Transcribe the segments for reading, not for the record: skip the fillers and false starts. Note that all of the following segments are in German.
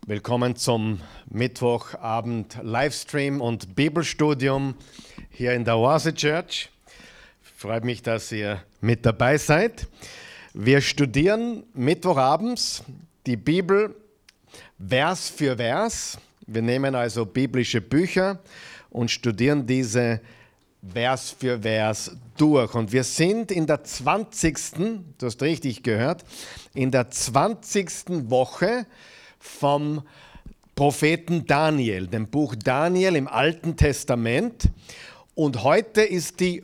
Willkommen zum Mittwochabend Livestream und Bibelstudium hier in der Oase Church. Freut mich, dass ihr mit dabei seid. Wir studieren Mittwochabends die Bibel Vers für Vers. Wir nehmen also biblische Bücher und studieren diese Vers für Vers durch. Und wir sind in der 20., du hast richtig gehört, in der 20. Woche vom Propheten Daniel, dem Buch Daniel im Alten Testament. Und heute ist die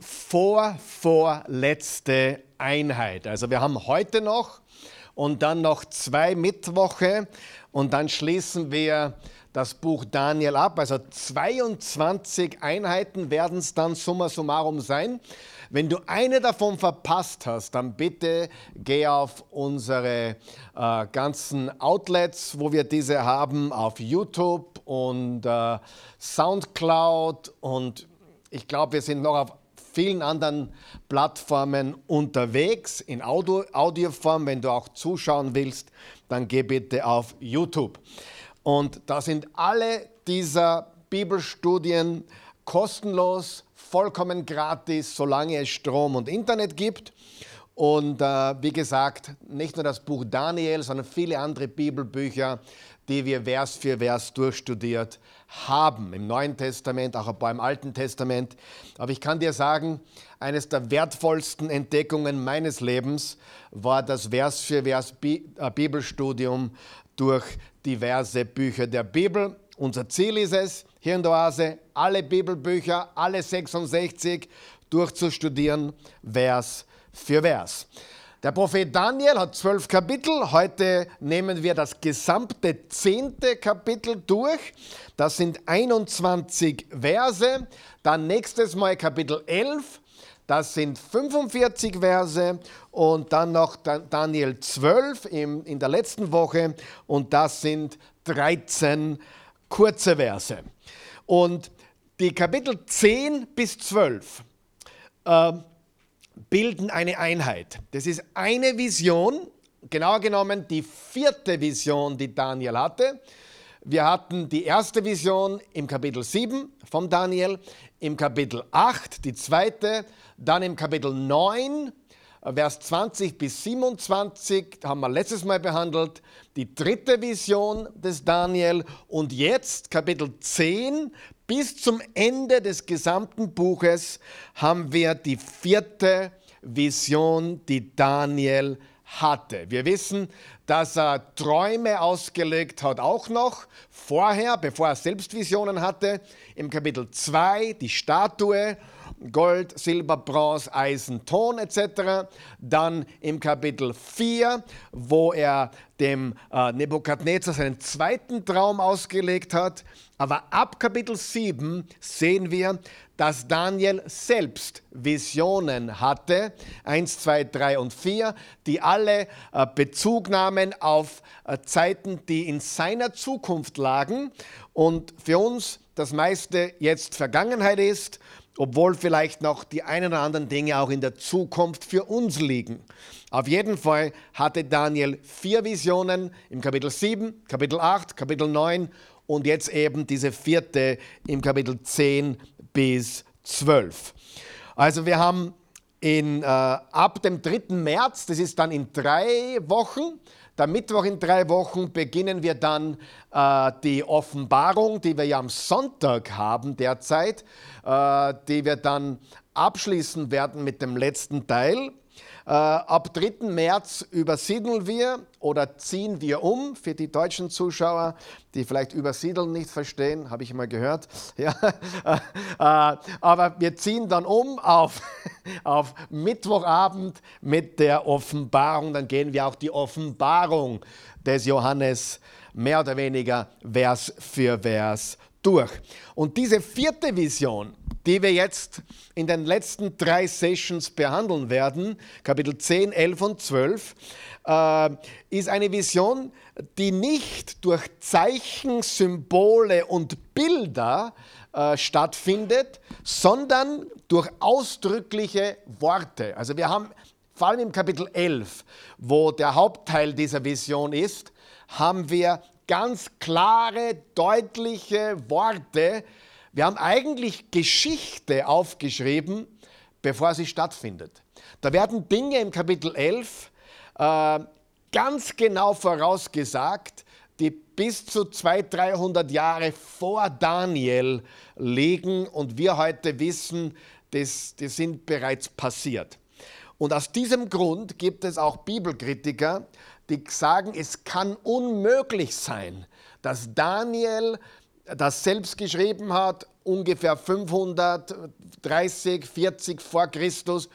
vorletzte Einheit. Also wir haben heute noch und dann noch 2 Mittwoche und dann schließen wir das Buch Daniel ab. Also 22 Einheiten werden es dann summa summarum sein. Wenn du eine davon verpasst hast, dann bitte geh auf unsere ganzen Outlets, wo wir diese haben, auf YouTube und Soundcloud und ich glaube, wir sind noch auf vielen anderen Plattformen unterwegs in Audioform. Wenn du auch zuschauen willst, dann geh bitte auf YouTube. Und da sind alle dieser Bibelstudien kostenlos, vollkommen gratis, solange es Strom und Internet gibt. Und wie gesagt, nicht nur das Buch Daniel, sondern viele andere Bibelbücher, die wir Vers für Vers durchstudiert haben. Im Neuen Testament, auch ein paar im Alten Testament. Aber ich kann dir sagen, eines der wertvollsten Entdeckungen meines Lebens war das Vers für Vers Bibelstudium durch diverse Bücher der Bibel. Unser Ziel ist es, hier in der Oase, alle Bibelbücher, alle 66 durchzustudieren, Vers für Vers. Der Prophet Daniel hat 12 Kapitel. Heute nehmen wir das gesamte 10. Kapitel durch. Das sind 21 Verse. Dann nächstes Mal Kapitel 11. Das sind 45 Verse. Und dann noch Daniel 12 in der letzten Woche. Und das sind 13 kurze Verse. Und die Kapitel 10 bis 12 bilden eine Einheit. Das ist eine Vision, genau genommen die 4. Vision, die Daniel hatte. Wir hatten die erste Vision im Kapitel 7 von Daniel, im Kapitel 8 die zweite, dann im Kapitel 9, Vers 20 bis 27, haben wir letztes Mal behandelt, die 3. Vision des Daniel und jetzt Kapitel 10 bis zum Ende des gesamten Buches haben wir die 4. Vision, die Daniel hatte. Wir wissen, dass er Träume ausgelegt hat, auch noch vorher, bevor er selbst Visionen hatte. Im Kapitel 2 die Statue, Gold, Silber, Bronze, Eisen, Ton etc. Dann im Kapitel 4, wo er dem Nebukadnezar seinen zweiten Traum ausgelegt hat. Aber ab Kapitel 7 sehen wir, dass Daniel selbst Visionen hatte, 1, 2, 3 und 4, die alle Bezug nahmen auf Zeiten, die in seiner Zukunft lagen und für uns das meiste jetzt Vergangenheit ist, obwohl vielleicht noch die einen oder anderen Dinge auch in der Zukunft für uns liegen. Auf jeden Fall hatte Daniel 4 Visionen im Kapitel 7, Kapitel 8, Kapitel 9 und jetzt eben diese 4. im Kapitel 10 bis 12. Also wir haben ab dem 3. März, das ist dann in 3 Wochen, der Mittwoch in 3 Wochen, beginnen wir dann die Offenbarung, die wir ja am Sonntag haben derzeit, die wir dann abschließen werden mit dem letzten Teil. Ab 3. März übersiedeln wir oder ziehen wir um, für die deutschen Zuschauer, die vielleicht übersiedeln nicht verstehen, habe ich mal gehört. Ja. Aber wir ziehen dann um auf Mittwochabend mit der Offenbarung. Dann gehen wir auch die Offenbarung des Johannes mehr oder weniger Vers für Vers durch. Und diese 4. Vision, die wir jetzt in den letzten 3 Sessions behandeln werden, Kapitel 10, 11 und 12, ist eine Vision, die nicht durch Zeichen, Symbole und Bilder stattfindet, sondern durch ausdrückliche Worte. Also wir haben vor allem im Kapitel 11, wo der Hauptteil dieser Vision ist, haben wir ganz klare, deutliche Worte. Wir haben eigentlich Geschichte aufgeschrieben, bevor sie stattfindet. Da werden Dinge im Kapitel 11 ganz genau vorausgesagt, die bis zu 200-300 Jahre vor Daniel liegen und wir heute wissen, die sind bereits passiert. Und aus diesem Grund gibt es auch Bibelkritiker, die sagen, es kann unmöglich sein, dass Daniel das selbst geschrieben hat, ungefähr 530, 40 vor Christus.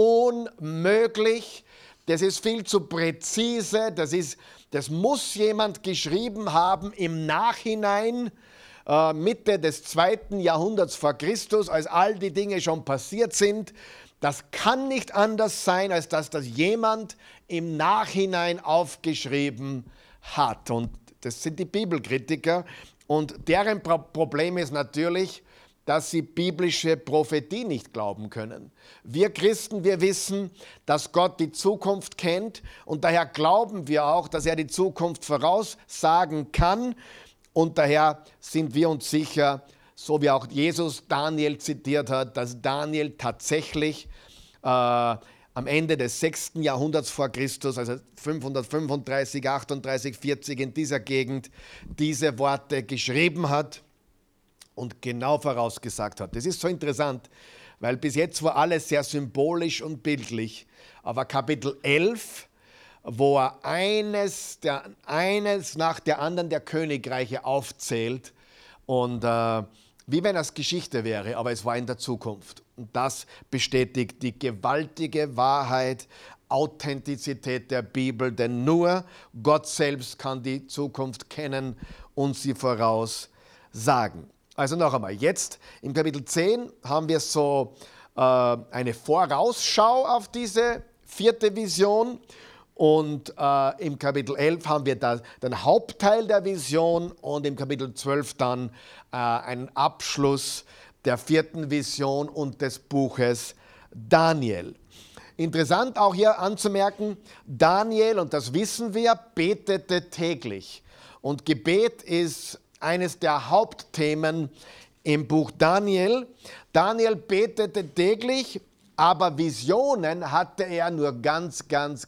Unmöglich. Das ist viel zu präzise. Das muss jemand geschrieben haben im Nachhinein, Mitte des 2. Jahrhunderts vor Christus, als all die Dinge schon passiert sind. Das kann nicht anders sein, als dass das jemand im Nachhinein aufgeschrieben hat. Und das sind die Bibelkritiker. Und deren Problem ist natürlich, dass sie biblische Prophetie nicht glauben können. Wir Christen, wir wissen, dass Gott die Zukunft kennt und daher glauben wir auch, dass er die Zukunft voraussagen kann und daher sind wir uns sicher, so wie auch Jesus Daniel zitiert hat, dass Daniel tatsächlich am Ende des 6. Jahrhunderts vor Christus, also 535, 38, 40 in dieser Gegend, diese Worte geschrieben hat und genau vorausgesagt hat. Das ist so interessant, weil bis jetzt war alles sehr symbolisch und bildlich, aber Kapitel 11, wo er eines nach der anderen der Königreiche aufzählt und wie wenn es Geschichte wäre, aber es war in der Zukunft. Und das bestätigt die gewaltige Wahrheit, Authentizität der Bibel, denn nur Gott selbst kann die Zukunft kennen und sie voraussagen. Also noch einmal, jetzt im Kapitel 10 haben wir so eine Vorausschau auf diese 4. Vision und im Kapitel 11 haben wir den Hauptteil der Vision und im Kapitel 12 dann einen Abschluss der 4. Vision und des Buches Daniel. Interessant auch hier anzumerken, Daniel, und das wissen wir, betete täglich. Und Gebet ist eines der Hauptthemen im Buch Daniel. Daniel betete täglich, aber Visionen hatte er nur ganz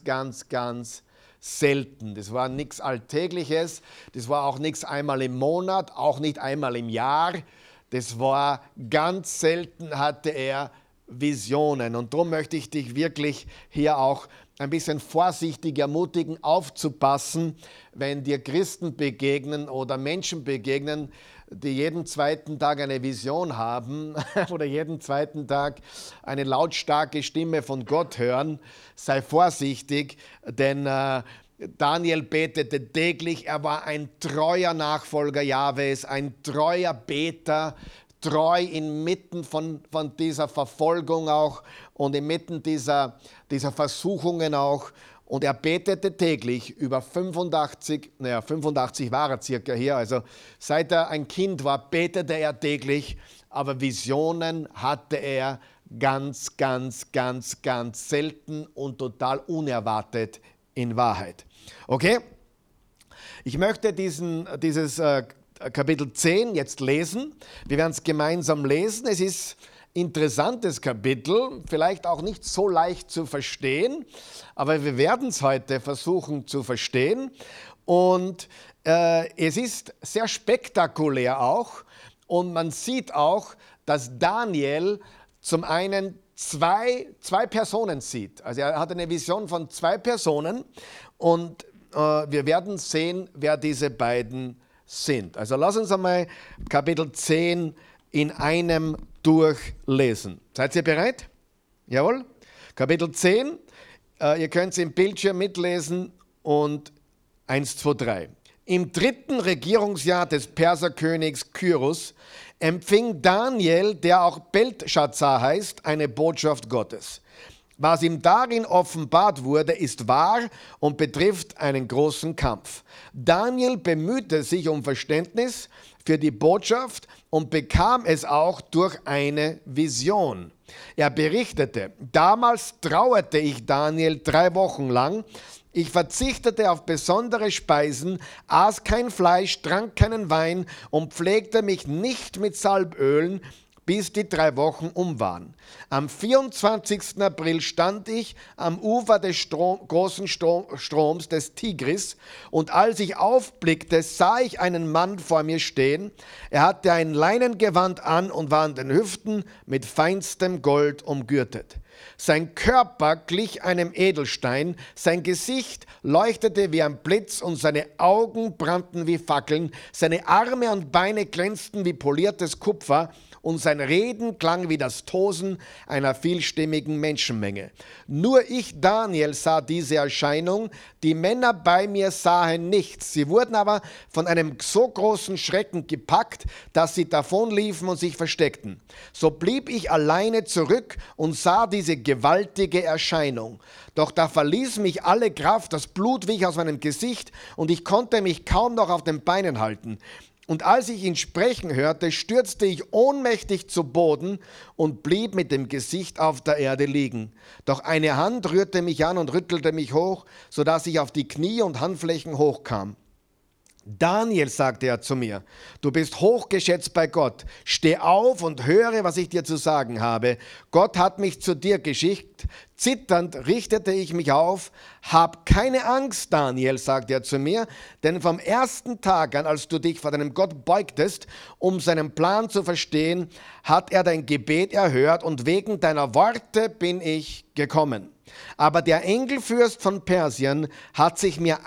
selten. Das war nichts Alltägliches, das war auch nichts einmal im Monat, auch nicht einmal im Jahr. Das war ganz selten, hatte er Visionen. Und darum möchte ich dich wirklich hier auch ein bisschen vorsichtig ermutigen, aufzupassen, wenn dir Christen begegnen oder Menschen begegnen, die jeden zweiten Tag eine Vision haben oder jeden zweiten Tag eine lautstarke Stimme von Gott hören. Sei vorsichtig, denn Daniel betete täglich, er war ein treuer Nachfolger Jahwes, ein treuer Beter, treu inmitten von dieser Verfolgung auch und inmitten dieser Versuchungen auch. Und er betete täglich über 85 war er circa hier, also seit er ein Kind war, betete er täglich, aber Visionen hatte er ganz selten und total unerwartet in Wahrheit. Okay? Ich möchte dieses Kapitel 10 jetzt lesen. Wir werden es gemeinsam lesen. Es ist ein interessantes Kapitel, vielleicht auch nicht so leicht zu verstehen, aber wir werden es heute versuchen zu verstehen. Und es ist sehr spektakulär auch und man sieht auch, dass Daniel zum einen zwei Personen sieht. Also er hat eine Vision von 2 Personen und wir werden sehen, wer diese beiden sind. Also lass uns einmal Kapitel 10 in einem durchlesen. Seid ihr bereit? Jawohl? Kapitel 10, ihr könnt es im Bildschirm mitlesen und 1, 2, 3. Im 3. Regierungsjahr des Perserkönigs Kyrus empfing Daniel, der auch Beltschazar heißt, eine Botschaft Gottes. Was ihm darin offenbart wurde, ist wahr und betrifft einen großen Kampf. Daniel bemühte sich um Verständnis für die Botschaft und bekam es auch durch eine Vision. Er berichtete: Damals trauerte ich Daniel 3 Wochen lang, Ich verzichtete auf besondere Speisen, aß kein Fleisch, trank keinen Wein und pflegte mich nicht mit Salbölen, bis die 3 Wochen um waren. Am 24. April stand ich am Ufer des großen Stroms des Tigris, und als ich aufblickte, sah ich einen Mann vor mir stehen. Er hatte ein Leinengewand an und war an den Hüften mit feinstem Gold umgürtet. Sein Körper glich einem Edelstein, sein Gesicht leuchtete wie ein Blitz und seine Augen brannten wie Fackeln, seine Arme und Beine glänzten wie poliertes Kupfer, und sein Reden klang wie das Tosen einer vielstimmigen Menschenmenge. Nur ich, Daniel, sah diese Erscheinung, die Männer bei mir sahen nichts. Sie wurden aber von einem so großen Schrecken gepackt, dass sie davonliefen und sich versteckten. So blieb ich alleine zurück und sah diese gewaltige Erscheinung. Doch da verließ mich alle Kraft, das Blut wich aus meinem Gesicht und ich konnte mich kaum noch auf den Beinen halten. Und als ich ihn sprechen hörte, stürzte ich ohnmächtig zu Boden und blieb mit dem Gesicht auf der Erde liegen. Doch eine Hand rührte mich an und rüttelte mich hoch, sodass ich auf die Knie und Handflächen hochkam. Daniel, sagte er zu mir, du bist hochgeschätzt bei Gott. Steh auf und höre, was ich dir zu sagen habe. Gott hat mich zu dir geschickt. Zitternd richtete ich mich auf. Hab keine Angst, Daniel, sagte er zu mir, denn vom ersten Tag an, als du dich vor deinem Gott beugtest, um seinen Plan zu verstehen, hat er dein Gebet erhört und wegen deiner Worte bin ich gekommen. Aber der Engelfürst von Persien hat sich mir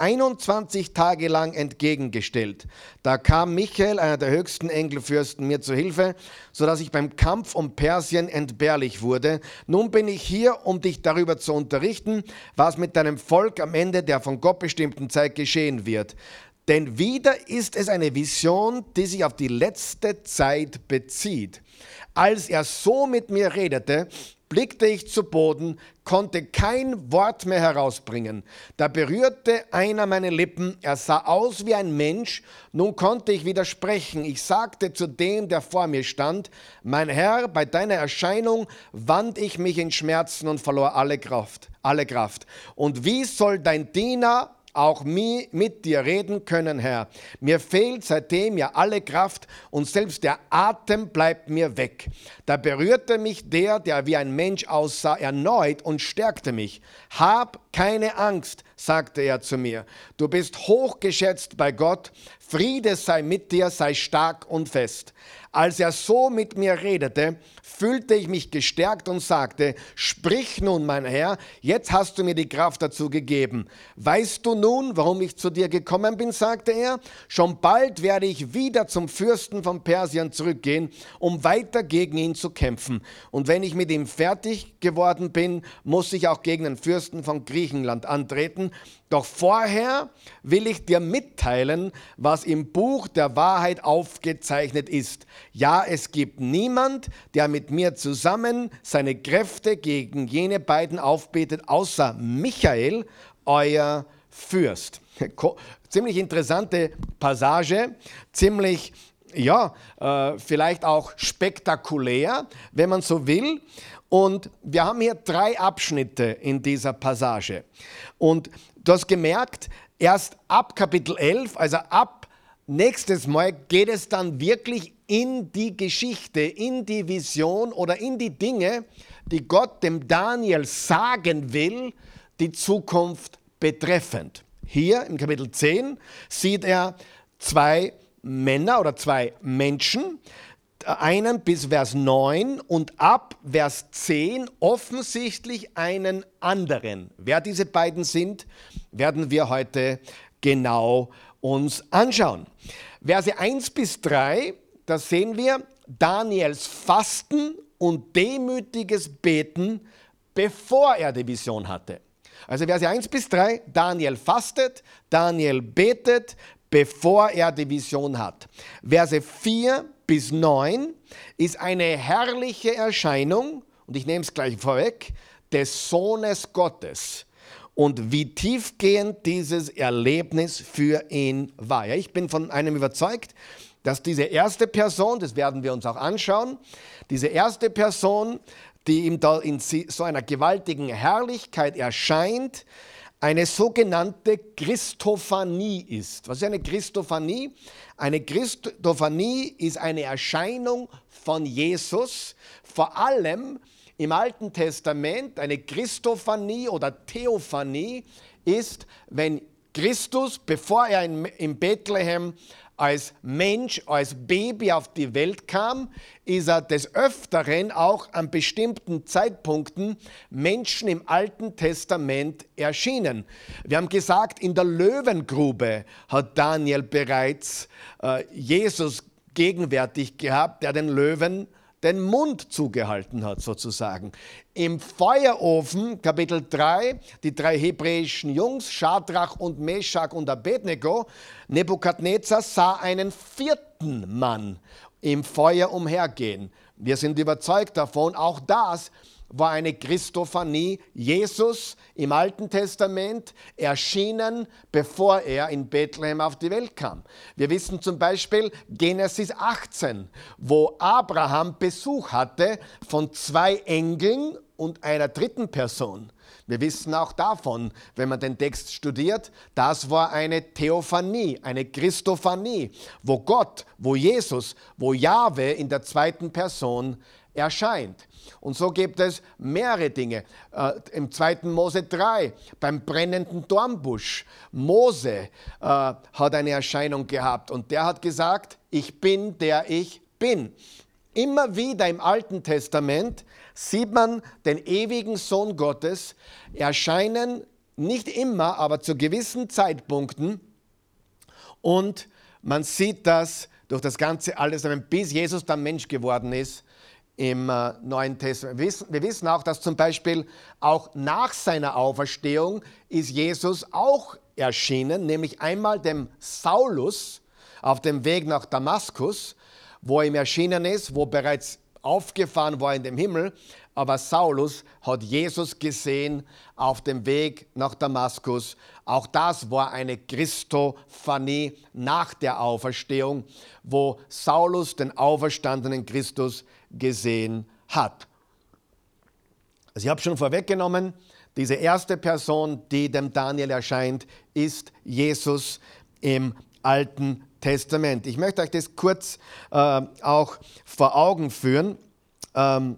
21 Tage lang entgegengestellt. Da kam Michael, einer der höchsten Engelfürsten, mir zu Hilfe, sodass ich beim Kampf um Persien entbehrlich wurde. Nun bin ich hier, um dich darüber zu unterrichten, was mit deinem Volk am Ende der von Gott bestimmten Zeit geschehen wird. Denn wieder ist es eine Vision, die sich auf die letzte Zeit bezieht. Als er so mit mir redete, blickte ich zu Boden, konnte kein Wort mehr herausbringen. Da berührte einer meine Lippen, er sah aus wie ein Mensch, nun konnte ich wieder sprechen. Ich sagte zu dem, der vor mir stand, mein Herr, bei deiner Erscheinung wand ich mich in Schmerzen und verlor alle Kraft. Und wie soll dein Diener auch mit dir reden können, Herr? Mir fehlt seitdem ja alle Kraft und selbst der Atem bleibt mir weg. Da berührte mich der wie ein Mensch aussah, erneut und stärkte mich. Hab keine Angst, sagte er zu mir. Du bist hochgeschätzt bei Gott. Friede sei mit dir, sei stark und fest. Als er so mit mir redete, fühlte ich mich gestärkt und sagte, sprich nun, mein Herr, jetzt hast du mir die Kraft dazu gegeben. Weißt du nun, warum ich zu dir gekommen bin, sagte er. Schon bald werde ich wieder zum Fürsten von Persien zurückgehen, um weiter gegen ihn zu kämpfen. Und wenn ich mit ihm fertig geworden bin, muss ich auch gegen den Fürsten von Griechenland antreten. Doch vorher will ich dir mitteilen, was im Buch der Wahrheit aufgezeichnet ist. Ja, es gibt niemand, der mit mir zusammen seine Kräfte gegen jene beiden aufbetet, außer Michael, euer Fürst. Ziemlich interessante Passage, ziemlich, vielleicht auch spektakulär, wenn man so will. Und wir haben hier 3 Abschnitte in dieser Passage. Und du hast gemerkt, erst ab Kapitel 11, also ab nächstes Mal, geht es dann wirklich in die Geschichte, in die Vision oder in die Dinge, die Gott dem Daniel sagen will, die Zukunft betreffend. Hier im Kapitel 10 sieht er 2 Männer oder 2 Menschen, einen bis Vers 9 und ab Vers 10 offensichtlich einen anderen. Wer diese beiden sind, werden wir heute genau uns anschauen. Verse 1 bis 3, da sehen wir Daniels Fasten und demütiges Beten, bevor er die Vision hatte. Also Verse 1 bis 3, Daniel fastet, Daniel betet, bevor er die Vision hat. Verse 4 bis 9 ist eine herrliche Erscheinung, und ich nehme es gleich vorweg, des Sohnes Gottes. Und wie tiefgehend dieses Erlebnis für ihn war. Ja, ich bin von einem überzeugt, dass diese erste Person, das werden wir uns auch anschauen, diese erste Person, die ihm da in so einer gewaltigen Herrlichkeit erscheint, eine sogenannte Christophanie ist. Was ist eine Christophanie? Eine Christophanie ist eine Erscheinung von Jesus, vor allem im Alten Testament. Eine Christophanie oder Theophanie ist, wenn Christus, bevor er in Bethlehem als Mensch, als Baby auf die Welt kam, ist er des Öfteren auch an bestimmten Zeitpunkten Menschen im Alten Testament erschienen. Wir haben gesagt, in der Löwengrube hat Daniel bereits Jesus gegenwärtig gehabt, der den Löwen den Mund zugehalten hat, sozusagen. Im Feuerofen, Kapitel 3, die 3 hebräischen Jungs, Schadrach und Meschach und Abednego, Nebukadnezar sah einen 4. Mann im Feuer umhergehen. Wir sind überzeugt davon, auch das war eine Christophanie. Jesus im Alten Testament erschienen, bevor er in Bethlehem auf die Welt kam. Wir wissen zum Beispiel Genesis 18, wo Abraham Besuch hatte von 2 Engeln und einer 3. Person. Wir wissen auch davon, wenn man den Text studiert, das war eine Theophanie, eine Christophanie, wo Gott, wo Jesus, wo Jahwe in der 2. Person erscheint. Und so gibt es mehrere Dinge. Im 2. Mose 3, beim brennenden Dornbusch. Mose hat eine Erscheinung gehabt und der hat gesagt, ich bin, der ich bin. Immer wieder im Alten Testament sieht man den ewigen Sohn Gottes erscheinen, nicht immer, aber zu gewissen Zeitpunkten. Und man sieht das durch das ganze Alte Testament, bis Jesus dann Mensch geworden ist im Neuen Testament. Wir wissen auch, dass zum Beispiel auch nach seiner Auferstehung ist Jesus auch erschienen, nämlich einmal dem Saulus auf dem Weg nach Damaskus, wo er ihm erschienen ist, wo bereits aufgefahren war in dem Himmel, aber Saulus hat Jesus gesehen auf dem Weg nach Damaskus. Auch das war eine Christophanie nach der Auferstehung, wo Saulus den auferstandenen Christus gesehen hat. Also ich habe schon vorweggenommen, diese erste Person, die dem Daniel erscheint, ist Jesus im Alten Testament. Ich möchte euch das kurz auch vor Augen führen. Dann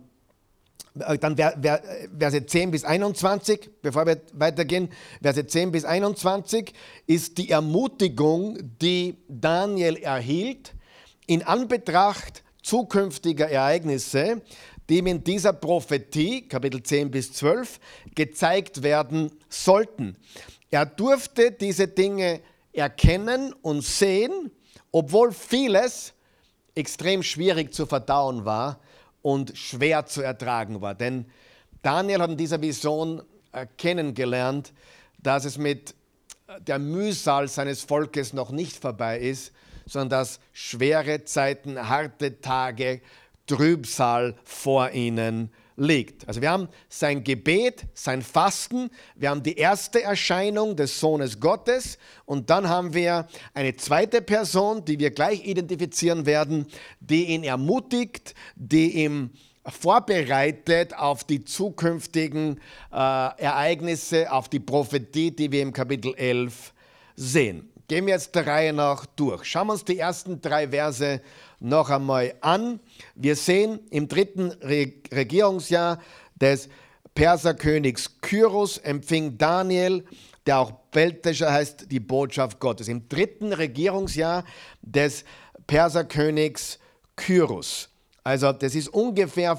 Verse 10 bis 21, bevor wir weitergehen, Verse 10 bis 21 ist die Ermutigung, die Daniel erhielt, in Anbetracht zukünftiger Ereignisse, die ihm in dieser Prophetie, Kapitel 10 bis 12, gezeigt werden sollten. Er durfte diese Dinge erkennen und sehen, obwohl vieles extrem schwierig zu verdauen war und schwer zu ertragen war. Denn Daniel hat in dieser Vision kennengelernt, dass es mit der Mühsal seines Volkes noch nicht vorbei ist, sondern dass schwere Zeiten, harte Tage, Trübsal vor ihnen liegt. Also wir haben sein Gebet, sein Fasten, wir haben die erste Erscheinung des Sohnes Gottes und dann haben wir eine zweite Person, die wir gleich identifizieren werden, die ihn ermutigt, die ihm vorbereitet auf die zukünftigen Ereignisse, auf die Prophetie, die wir im Kapitel 11 sehen. Gehen wir jetzt der Reihe nach durch. Schauen wir uns die ersten 3 Verse noch einmal an. Wir sehen, im 3. Regierungsjahr des Perserkönigs Kyros empfing Daniel, der auch Beltescher heißt, die Botschaft Gottes. Im 3. Regierungsjahr des Perserkönigs Kyros. Also das ist ungefähr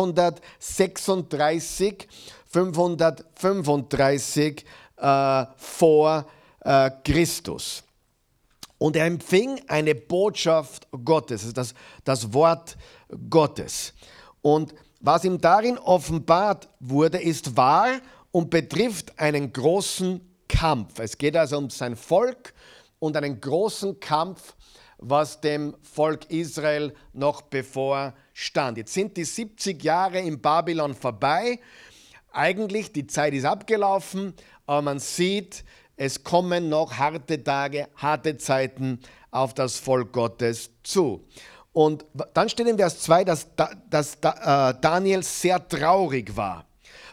535 vor Christus. Und er empfing eine Botschaft Gottes, das Wort Gottes. Und was ihm darin offenbart wurde, ist wahr und betrifft einen großen Kampf. Es geht also um sein Volk und einen großen Kampf, was dem Volk Israel noch bevorstand. Jetzt sind die 70 Jahre in Babylon vorbei. Eigentlich, die Zeit ist abgelaufen, aber man sieht, es kommen noch harte Tage, harte Zeiten auf das Volk Gottes zu. Und dann steht in Vers 2, dass Daniel sehr traurig war.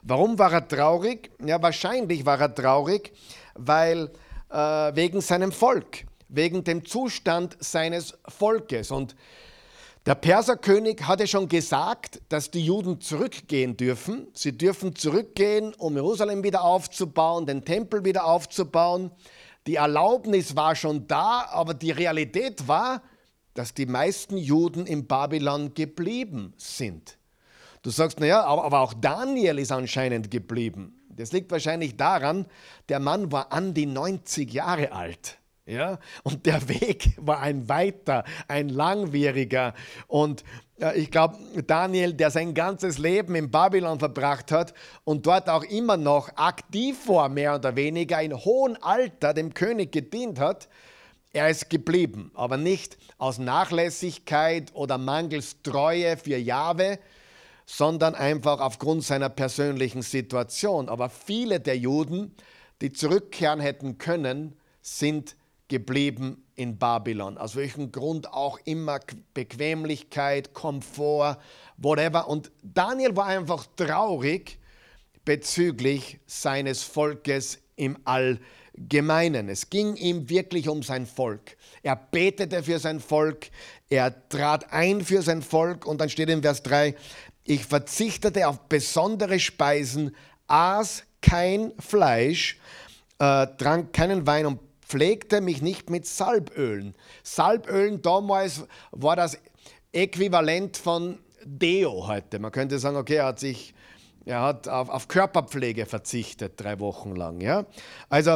Warum war er traurig? Ja, wahrscheinlich war er traurig, weil wegen seinem Volk, wegen dem Zustand seines Volkes. Und der Perserkönig hatte schon gesagt, dass die Juden zurückgehen dürfen. Sie dürfen zurückgehen, um Jerusalem wieder aufzubauen, den Tempel wieder aufzubauen. Die Erlaubnis war schon da, aber die Realität war, dass die meisten Juden in Babylon geblieben sind. Du sagst, naja, aber auch Daniel ist anscheinend geblieben. Das liegt wahrscheinlich daran, der Mann war an die 90 Jahre alt. Ja? Und der Weg war ein weiter, ein langwieriger. Und ich glaube, Daniel, der sein ganzes Leben in Babylon verbracht hat und dort auch immer noch aktiv war, mehr oder weniger, in hohem Alter dem König gedient hat, er ist geblieben. Aber nicht aus Nachlässigkeit oder mangels Treue für Jahwe, sondern einfach aufgrund seiner persönlichen Situation. Aber viele der Juden, die zurückkehren hätten können, sind geblieben in Babylon. Aus welchem Grund auch immer, Bequemlichkeit, Komfort, whatever. Und Daniel war einfach traurig bezüglich seines Volkes im Allgemeinen. Es ging ihm wirklich um sein Volk. Er betete für sein Volk, er trat ein für sein Volk und dann steht in Vers 3, ich verzichtete auf besondere Speisen, aß kein Fleisch, trank keinen Wein und pflegte mich nicht mit Salbölen. Salbölen damals war das Äquivalent von Deo heute. Man könnte sagen, okay, er hat auf Körperpflege verzichtet 3 Wochen lang. Ja? Also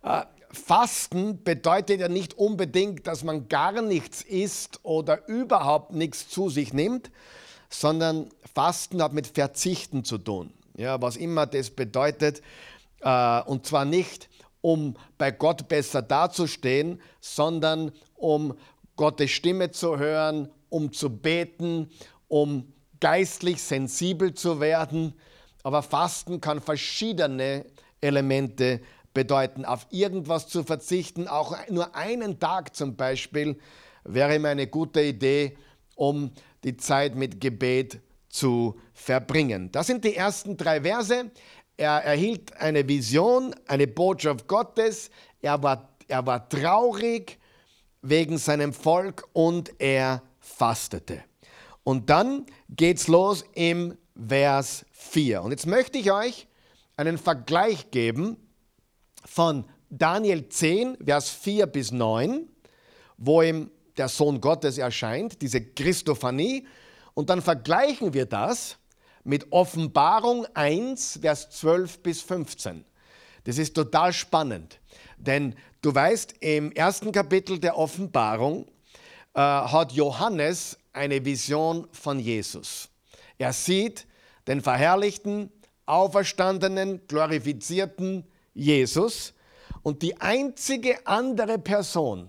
Fasten bedeutet ja nicht unbedingt, dass man gar nichts isst oder überhaupt nichts zu sich nimmt, sondern Fasten hat mit Verzichten zu tun. Ja, was immer das bedeutet. Und zwar nicht, um bei Gott besser dazustehen, sondern um Gottes Stimme zu hören, um zu beten, um geistlich sensibel zu werden. Aber Fasten kann verschiedene Elemente bedeuten. Auf irgendwas zu verzichten, auch nur einen Tag zum Beispiel, wäre immer eine gute Idee, um die Zeit mit Gebet zu verbringen. Das sind die ersten 3 Verse. Er erhielt eine Vision, eine Botschaft Gottes. Er war traurig wegen seinem Volk und er fastete. Und dann geht's los im Vers 4. Und jetzt möchte ich euch einen Vergleich geben von Daniel 10, Vers 4 bis 9, wo ihm der Sohn Gottes erscheint, diese Christophanie. Und dann vergleichen wir das mit Offenbarung 1, Vers 12 bis 15. Das ist total spannend, denn du weißt, im ersten Kapitel der Offenbarung hat Johannes eine Vision von Jesus. Er sieht den verherrlichten, auferstandenen, glorifizierten Jesus und die einzige andere Person,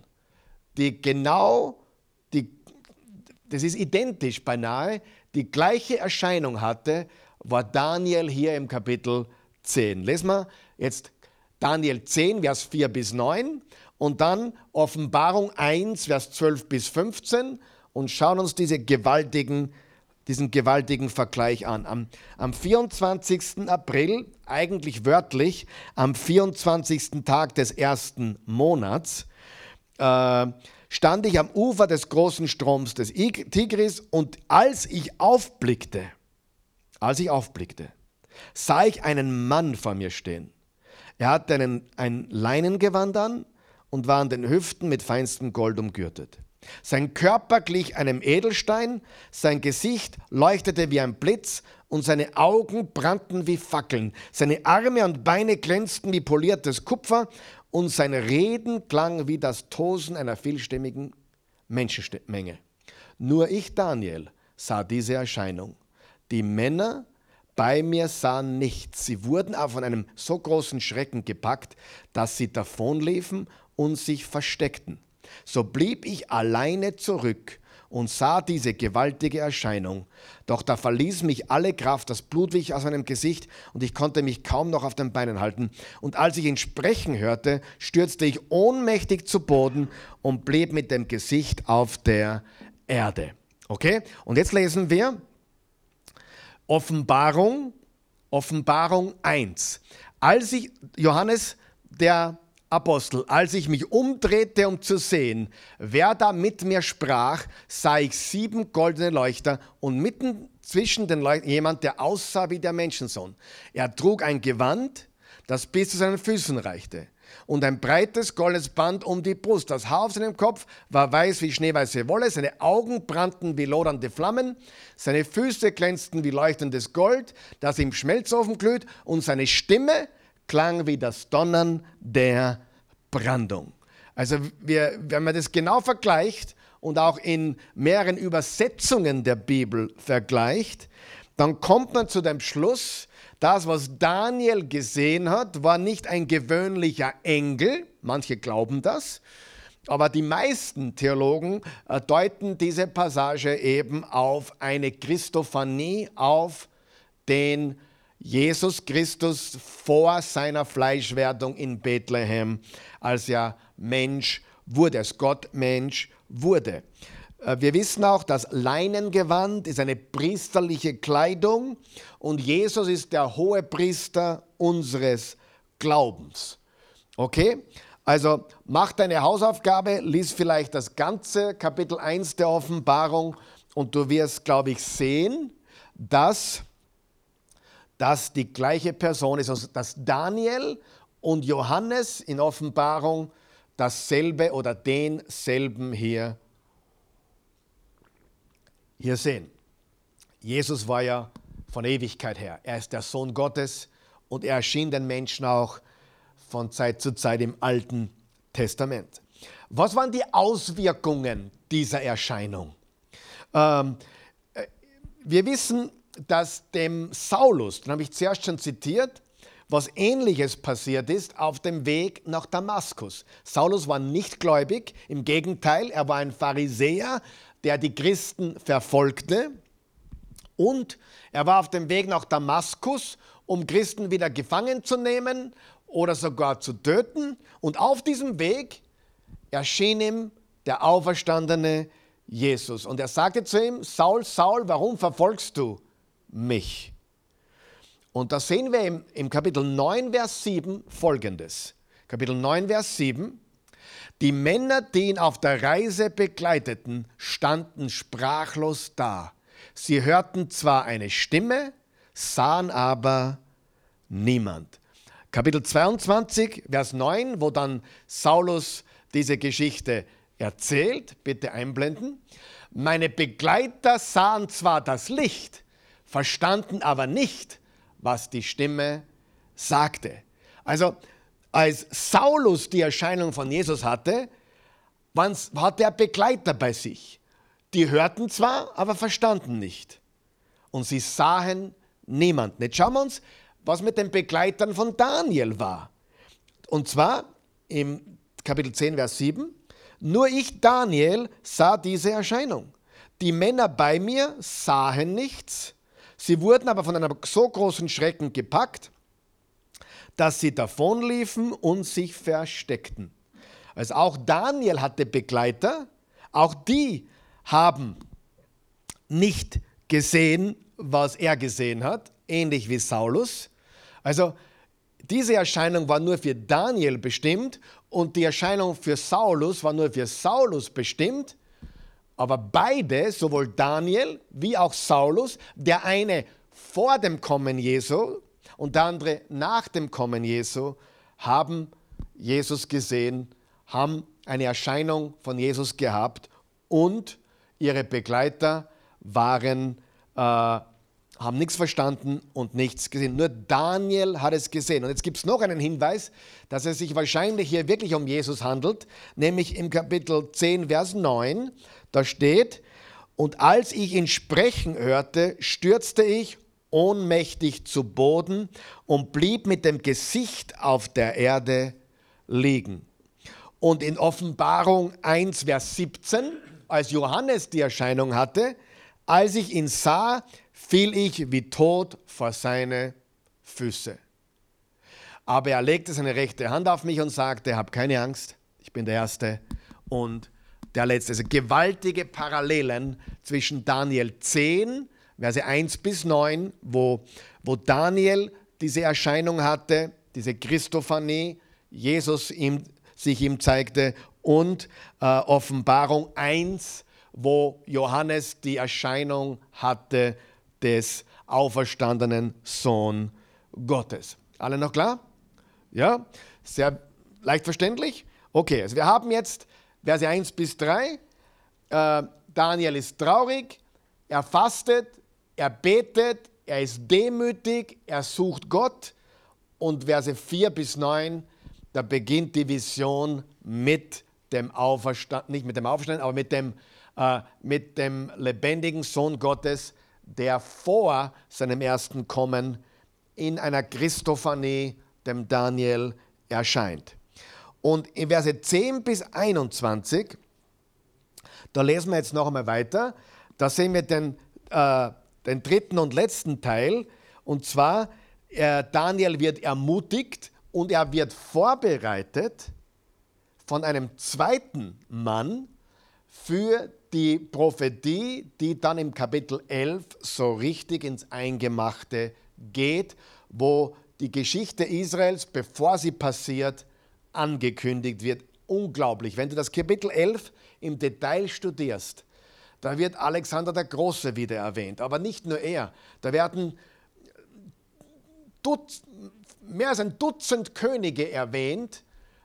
das ist identisch beinahe, die gleiche Erscheinung hatte, war Daniel hier im Kapitel 10. Lesen wir jetzt Daniel 10, Vers 4 bis 9 und dann Offenbarung 1, Vers 12 bis 15 und schauen uns diesen gewaltigen Vergleich an. Am 24. April, eigentlich wörtlich, am 24. Tag des ersten Monats, stand ich am Ufer des großen Stroms des Tigris und als ich aufblickte, sah ich einen Mann vor mir stehen. Er hatte ein Leinengewand an und war an den Hüften mit feinstem Gold umgürtet. Sein Körper glich einem Edelstein, sein Gesicht leuchtete wie ein Blitz und seine Augen brannten wie Fackeln. Seine Arme und Beine glänzten wie poliertes Kupfer und sein Reden klang wie das Tosen einer vielstimmigen Menschenmenge. Nur ich, Daniel, sah diese Erscheinung. Die Männer bei mir sahen nichts. Sie wurden auch von einem so großen Schrecken gepackt, dass sie davonliefen und sich versteckten. So blieb ich alleine zurück und sah diese gewaltige Erscheinung. Doch da verließ mich alle Kraft, das Blut wich aus meinem Gesicht und ich konnte mich kaum noch auf den Beinen halten. Und als ich ihn sprechen hörte, stürzte ich ohnmächtig zu Boden und blieb mit dem Gesicht auf der Erde. Okay? Und jetzt lesen wir Offenbarung Offenbarung 1. Johannes, der Apostel, als ich mich umdrehte, um zu sehen, wer da mit mir sprach, sah ich 7 goldene Leuchter und mitten zwischen den Leuchtern jemand, der aussah wie der Menschensohn. Er trug ein Gewand, das bis zu seinen Füßen reichte, und ein breites goldenes Band um die Brust. Das Haar auf seinem Kopf war weiß wie schneeweiße Wolle, seine Augen brannten wie lodernde Flammen, seine Füße glänzten wie leuchtendes Gold, das im Schmelzofen glüht, und seine Stimme klang wie das Donnern der Brandung. Also wenn man das genau vergleicht und auch in mehreren Übersetzungen der Bibel vergleicht, dann kommt man zu dem Schluss, das, was Daniel gesehen hat, war nicht ein gewöhnlicher Engel, manche glauben das, aber die meisten Theologen deuten diese Passage eben auf eine Christophanie, auf den Jesus Christus vor seiner Fleischwerdung in Bethlehem, als er Mensch wurde, als Gott Mensch wurde. Wir wissen auch, das Leinengewand ist eine priesterliche Kleidung und Jesus ist der Hohepriester unseres Glaubens. Okay? Also mach deine Hausaufgabe, lies vielleicht das ganze Kapitel 1 der Offenbarung und du wirst, glaube ich, sehen, dass das die gleiche Person ist, also dass Daniel und Johannes in Offenbarung dasselbe oder denselben hier sehen. Jesus war ja von Ewigkeit her. Er ist der Sohn Gottes und er erschien den Menschen auch von Zeit zu Zeit im Alten Testament. Was waren die Auswirkungen dieser Erscheinung? Wir wissen, dass dem Saulus, den habe ich zuerst schon zitiert, was Ähnliches passiert ist auf dem Weg nach Damaskus. Saulus war nicht gläubig, im Gegenteil, er war ein Pharisäer, der die Christen verfolgte, und er war auf dem Weg nach Damaskus, um Christen wieder gefangen zu nehmen oder sogar zu töten, und auf diesem Weg erschien ihm der auferstandene Jesus und er sagte zu ihm: Saul, Saul, warum verfolgst du mich? Und da sehen wir im Kapitel 9, Vers 7 Folgendes. Kapitel 9, Vers 7. Die Männer, die ihn auf der Reise begleiteten, standen sprachlos da. Sie hörten zwar eine Stimme, sahen aber niemand. Kapitel 22, Vers 9, wo dann Saulus diese Geschichte erzählt, bitte einblenden. Meine Begleiter sahen zwar das Licht, verstanden aber nicht, was die Stimme sagte. Also als Saulus die Erscheinung von Jesus hatte, hatte er Begleiter bei sich. Die hörten zwar, aber verstanden nicht. Und sie sahen niemanden. Jetzt schauen wir uns, was mit den Begleitern von Daniel war. Und zwar im Kapitel 10, Vers 7. Nur ich, Daniel, sah diese Erscheinung. Die Männer bei mir sahen nichts. Sie wurden aber von einem so großen Schrecken gepackt, dass sie davonliefen und sich versteckten. Also auch Daniel hatte Begleiter, auch die haben nicht gesehen, was er gesehen hat, ähnlich wie Saulus. Also diese Erscheinung war nur für Daniel bestimmt und die Erscheinung für Saulus war nur für Saulus bestimmt. Aber beide, sowohl Daniel wie auch Saulus, der eine vor dem Kommen Jesu und der andere nach dem Kommen Jesu, haben Jesus gesehen, haben eine Erscheinung von Jesus gehabt und ihre Begleiter haben nichts verstanden und nichts gesehen. Nur Daniel hat es gesehen. Und jetzt gibt es noch einen Hinweis, dass es sich wahrscheinlich hier wirklich um Jesus handelt, nämlich im Kapitel 10, Vers 9, da steht: Und als ich ihn sprechen hörte, stürzte ich ohnmächtig zu Boden und blieb mit dem Gesicht auf der Erde liegen. Und in Offenbarung 1, Vers 17, als Johannes die Erscheinung hatte, als ich ihn sah, fiel ich wie tot vor seine Füße. Aber er legte seine rechte Hand auf mich und sagte: Hab keine Angst, ich bin der Erste und der Letzte. Also gewaltige Parallelen zwischen Daniel 10, Verse 1 bis 9, wo Daniel diese Erscheinung hatte, diese Christophanie, Jesus sich ihm zeigte, und Offenbarung 1, wo Johannes die Erscheinung hatte des auferstandenen Sohn Gottes. Alle noch klar? Ja, sehr leicht verständlich? Okay, also wir haben jetzt Verse 1 bis 3. Daniel ist traurig, er fastet, er betet, er ist demütig, er sucht Gott. Und Verse 4 bis 9, da beginnt die Vision mit dem Auferstand, nicht mit dem Auferstanden, aber mit dem lebendigen Sohn Gottes, der vor seinem ersten Kommen in einer Christophanie dem Daniel erscheint. Und in Verse 10 bis 21, da lesen wir jetzt noch einmal weiter, da sehen wir den dritten und letzten Teil, und zwar Daniel wird ermutigt und er wird vorbereitet von einem zweiten Mann für die Prophetie, die dann im Kapitel 11 so richtig ins Eingemachte geht, wo die Geschichte Israels, bevor sie passiert, angekündigt wird. Unglaublich. Wenn du das Kapitel 11 im Detail studierst, da wird Alexander der Große wieder erwähnt. Aber nicht nur er. Da werden mehr als ein Dutzend Könige erwähnt,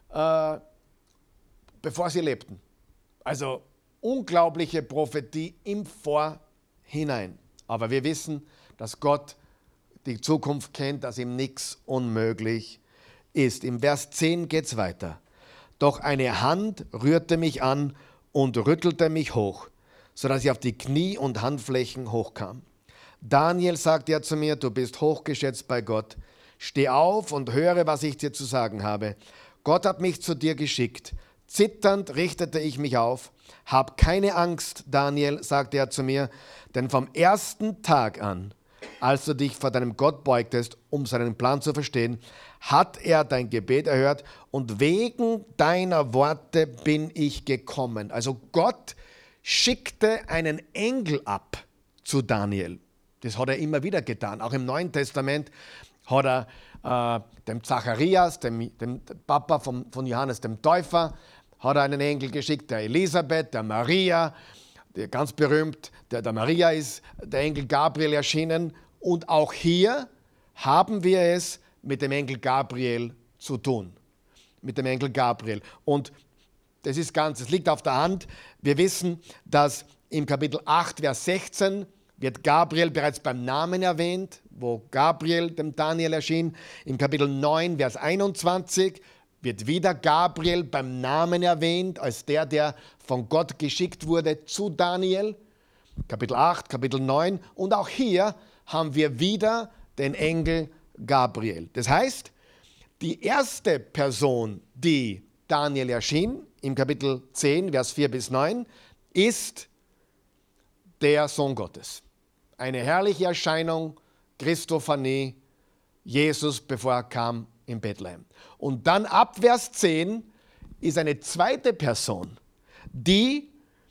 bevor sie lebten. Also unglaubliche Prophetie im Vorhinein. Aber wir wissen, dass Gott die Zukunft kennt, dass ihm nichts unmöglich ist. Im Vers 10 geht es weiter. Doch eine Hand rührte mich an und rüttelte mich hoch, sodass ich auf die Knie und Handflächen hochkam. Daniel, sagte er zu mir, du bist hochgeschätzt bei Gott. Steh auf und höre, was ich dir zu sagen habe. Gott hat mich zu dir geschickt. Zitternd richtete ich mich auf. Hab keine Angst, Daniel, sagte er zu mir, denn vom ersten Tag an, als du dich vor deinem Gott beugtest, um seinen Plan zu verstehen, hat er dein Gebet erhört und wegen deiner Worte bin ich gekommen. Also Gott schickte einen Engel ab zu Daniel. Das hat er immer wieder getan. Auch im Neuen Testament hat er dem Zacharias, dem Papa von Johannes dem Täufer, hat er einen Engel geschickt, der Elisabeth, der Maria, der ganz berühmt, der Maria ist der Engel Gabriel erschienen. Und auch hier haben wir es mit dem Engel Gabriel zu tun. Mit dem Engel Gabriel. Und das liegt auf der Hand. Wir wissen, dass im Kapitel 8, Vers 16 wird Gabriel bereits beim Namen erwähnt, wo Gabriel dem Daniel erschien. Im Kapitel 9, Vers 21 wird wieder Gabriel beim Namen erwähnt, als der von Gott geschickt wurde zu Daniel. Kapitel 8, Kapitel 9. Und auch hier haben wir wieder den Engel Gabriel. Das heißt, die erste Person, die Daniel erschien, im Kapitel 10, Vers 4 bis 9, ist der Sohn Gottes. Eine herrliche Erscheinung, Christophanie, Jesus, bevor er kam in Bethlehem. Und dann ab Vers 10 ist eine zweite Person, die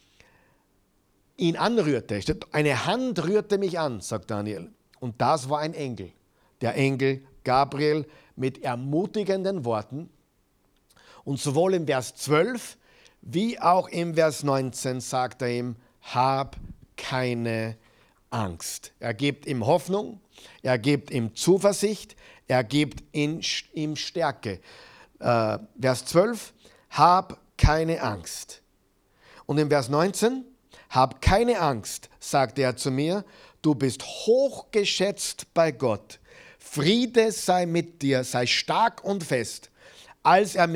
ihn anrührte. Eine Hand rührte mich an, sagt Daniel. Und das war ein Engel, der Engel Gabriel mit ermutigenden Worten. Und sowohl im Vers 12 wie auch im Vers 19 sagt er ihm, hab keine Angst. Er gibt ihm Hoffnung, er gibt ihm Zuversicht, er gibt ihm Stärke. Vers 12, hab keine Angst. Und im Vers 19, hab keine Angst, sagte er zu mir, du bist hochgeschätzt bei Gott. Friede sei mit dir, sei stark und fest. Als er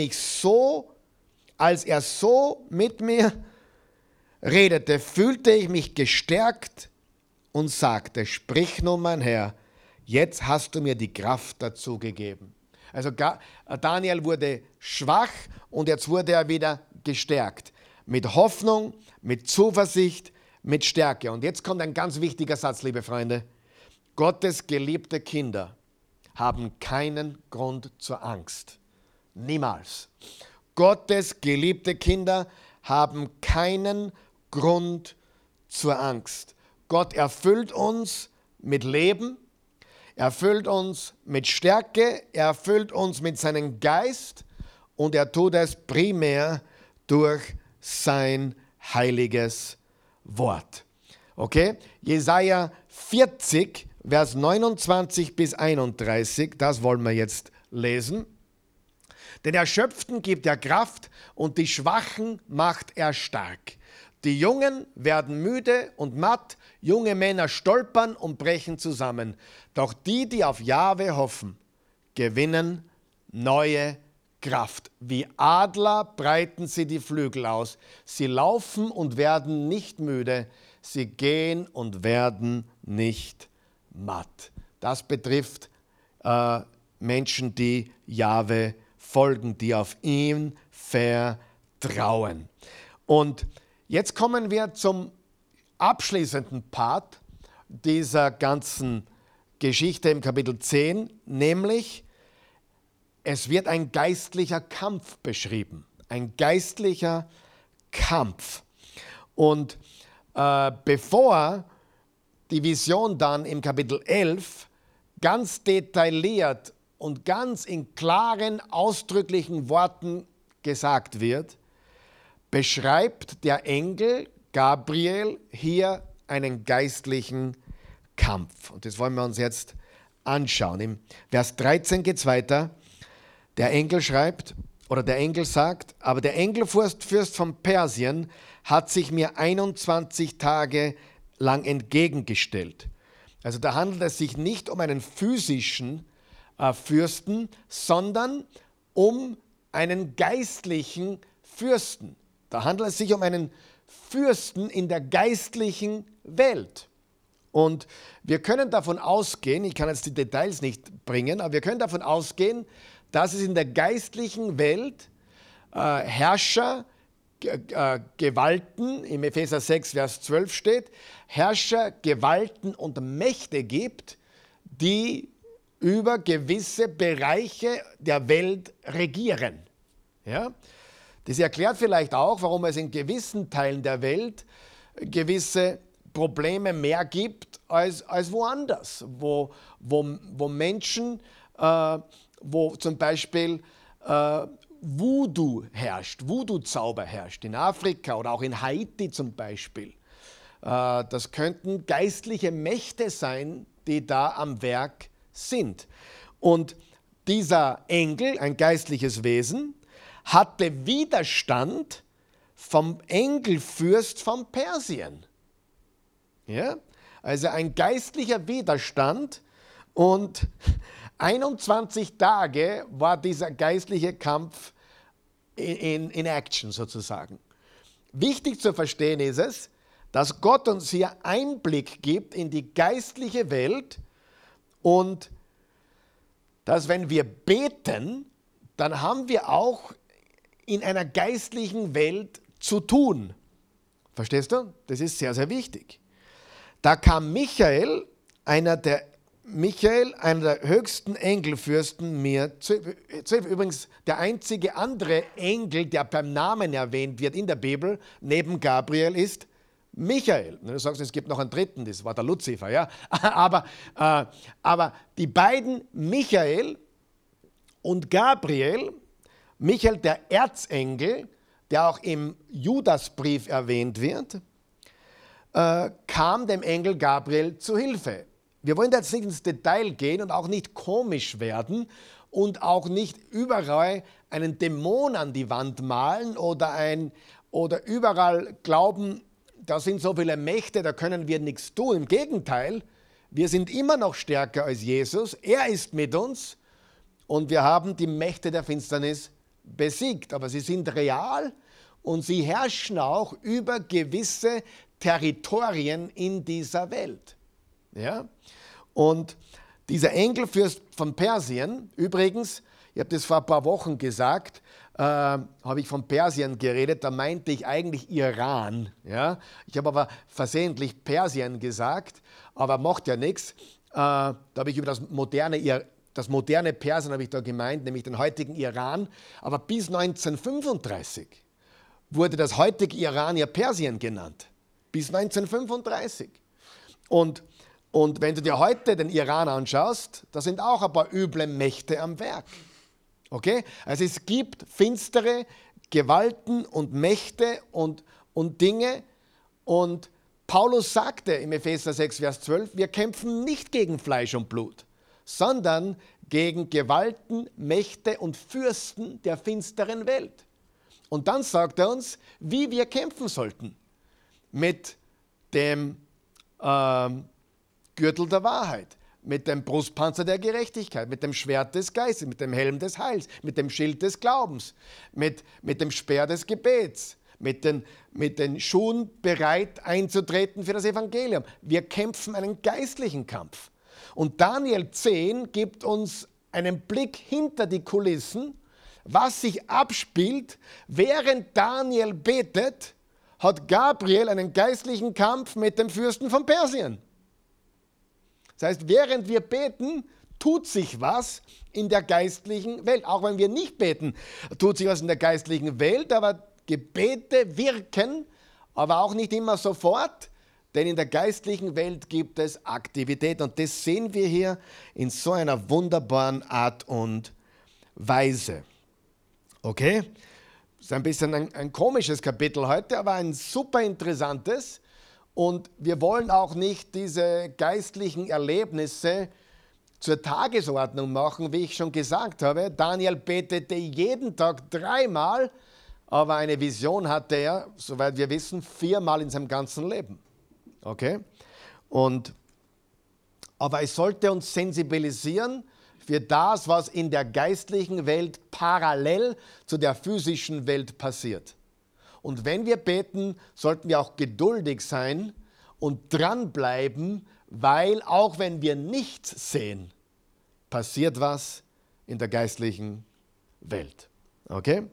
so mit mir redete, fühlte ich mich gestärkt und sagte, sprich nun mein Herr, jetzt hast du mir die Kraft dazu gegeben. Also Daniel wurde schwach und jetzt wurde er wieder gestärkt. Mit Hoffnung, mit Zuversicht, mit Stärke. Und jetzt kommt ein ganz wichtiger Satz, liebe Freunde. Gottes geliebte Kinder haben keinen Grund zur Angst. Niemals. Gottes geliebte Kinder haben keinen Grund zur Angst. Gott erfüllt uns mit Leben, er erfüllt uns mit Stärke, er erfüllt uns mit seinem Geist und er tut es primär durch sein heiliges Wort. Okay? Jesaja 40, Vers 29 bis 31, das wollen wir jetzt lesen. Den Erschöpften gibt er Kraft und die Schwachen macht er stark. Die Jungen werden müde und matt, junge Männer stolpern und brechen zusammen. Doch die auf Jahwe hoffen, gewinnen neue Kraft. Wie Adler breiten sie die Flügel aus. Sie laufen und werden nicht müde. Sie gehen und werden nicht matt. Das betrifft Menschen, die Jahwe folgen, die auf ihn vertrauen. Und jetzt kommen wir zum abschließenden Part dieser ganzen Geschichte im Kapitel 10, nämlich es wird ein geistlicher Kampf beschrieben. Ein geistlicher Kampf. Und bevor die Vision dann im Kapitel 11 ganz detailliert und ganz in klaren, ausdrücklichen Worten gesagt wird, beschreibt der Engel Gabriel hier einen geistlichen Kampf. Und das wollen wir uns jetzt anschauen. Im Vers 13 geht es weiter. Der Engel schreibt, oder der Engel sagt, aber der Engelfürst von Persien hat sich mir 21 Tage lang entgegengestellt. Also da handelt es sich nicht um einen physischen Fürsten, sondern um einen geistlichen Fürsten. Da handelt es sich um einen Fürsten in der geistlichen Welt. Und wir können davon ausgehen, ich kann jetzt die Details nicht bringen, aber wir können davon ausgehen, dass es in der geistlichen Welt Herrscher, Gewalten, im Epheser 6, Vers 12 steht, Herrscher, Gewalten und Mächte gibt, die über gewisse Bereiche der Welt regieren. Ja? Das erklärt vielleicht auch, warum es in gewissen Teilen der Welt gewisse Probleme mehr gibt als woanders, wo Menschen, wo zum Beispiel Voodoo herrscht, Voodoo-Zauber herrscht, in Afrika oder auch in Haiti zum Beispiel. Das könnten geistliche Mächte sein, die da am Werk sind. Und dieser Engel, ein geistliches Wesen, hatte Widerstand vom Engelfürst von Persien. Ja? Also ein geistlicher Widerstand und 21 Tage war dieser geistliche Kampf in Action sozusagen. Wichtig zu verstehen ist es, dass Gott uns hier Einblick gibt in die geistliche Welt und dass wenn wir beten, dann haben wir auch in einer geistlichen Welt zu tun. Verstehst du? Das ist sehr, sehr wichtig. Da kam Michael, einer der höchsten Engelfürsten, mir zu übrigens der einzige andere Engel, der beim Namen erwähnt wird in der Bibel, neben Gabriel, ist Michael. Du sagst, es gibt noch einen dritten, das war der Luzifer, ja. Aber die beiden, Michael und Gabriel, Michael der Erzengel, der auch im Judasbrief erwähnt wird, kam dem Engel Gabriel zu Hilfe. Wir wollen jetzt nicht ins Detail gehen und auch nicht komisch werden und auch nicht überall einen Dämon an die Wand malen oder überall glauben, da sind so viele Mächte, da können wir nichts tun. Im Gegenteil, wir sind immer noch stärker als Jesus. Er ist mit uns und wir haben die Mächte der Finsternis besiegt. Aber sie sind real und sie herrschen auch über gewisse Territorien in dieser Welt. Ja? Und dieser Engelfürst von Persien, übrigens, ich habe das vor ein paar Wochen gesagt, habe ich von Persien geredet, da meinte ich eigentlich Iran. Ja? Ich habe aber versehentlich Persien gesagt, aber macht ja nichts. Da habe ich über das moderne Persien habe ich da gemeint, nämlich den heutigen Iran. Aber bis 1935 wurde das heutige Iran ja Persien genannt. Bis 1935. Und, und wenn du dir heute den Iran anschaust, da sind auch ein paar üble Mächte am Werk. Okay? Also es gibt finstere Gewalten und Mächte und Dinge. Und Paulus sagte im Epheser 6, Vers 12, wir kämpfen nicht gegen Fleisch und Blut, sondern gegen Gewalten, Mächte und Fürsten der finsteren Welt. Und dann sagt er uns, wie wir kämpfen sollten. Mit dem Gürtel der Wahrheit, mit dem Brustpanzer der Gerechtigkeit, mit dem Schwert des Geistes, mit dem Helm des Heils, mit dem Schild des Glaubens, mit dem Speer des Gebets, mit den Schuhen bereit einzutreten für das Evangelium. Wir kämpfen einen geistlichen Kampf. Und Daniel 10 gibt uns einen Blick hinter die Kulissen, was sich abspielt, während Daniel betet, hat Gabriel einen geistlichen Kampf mit dem Fürsten von Persien. Das heißt, während wir beten, tut sich was in der geistlichen Welt. Auch wenn wir nicht beten, tut sich was in der geistlichen Welt, aber Gebete wirken, aber auch nicht immer sofort, denn in der geistlichen Welt gibt es Aktivität und das sehen wir hier in so einer wunderbaren Art und Weise. Okay? Das ist ein bisschen ein komisches Kapitel heute, aber ein super interessantes. Und wir wollen auch nicht diese geistlichen Erlebnisse zur Tagesordnung machen, wie ich schon gesagt habe. Daniel betete jeden Tag 3-mal, aber eine Vision hatte er, soweit wir wissen, 4-mal in seinem ganzen Leben. Okay? Aber es sollte uns sensibilisieren für das, was in der geistlichen Welt parallel zu der physischen Welt passiert. Und wenn wir beten, sollten wir auch geduldig sein und dranbleiben, weil auch wenn wir nichts sehen, passiert was in der geistlichen Welt. Okay?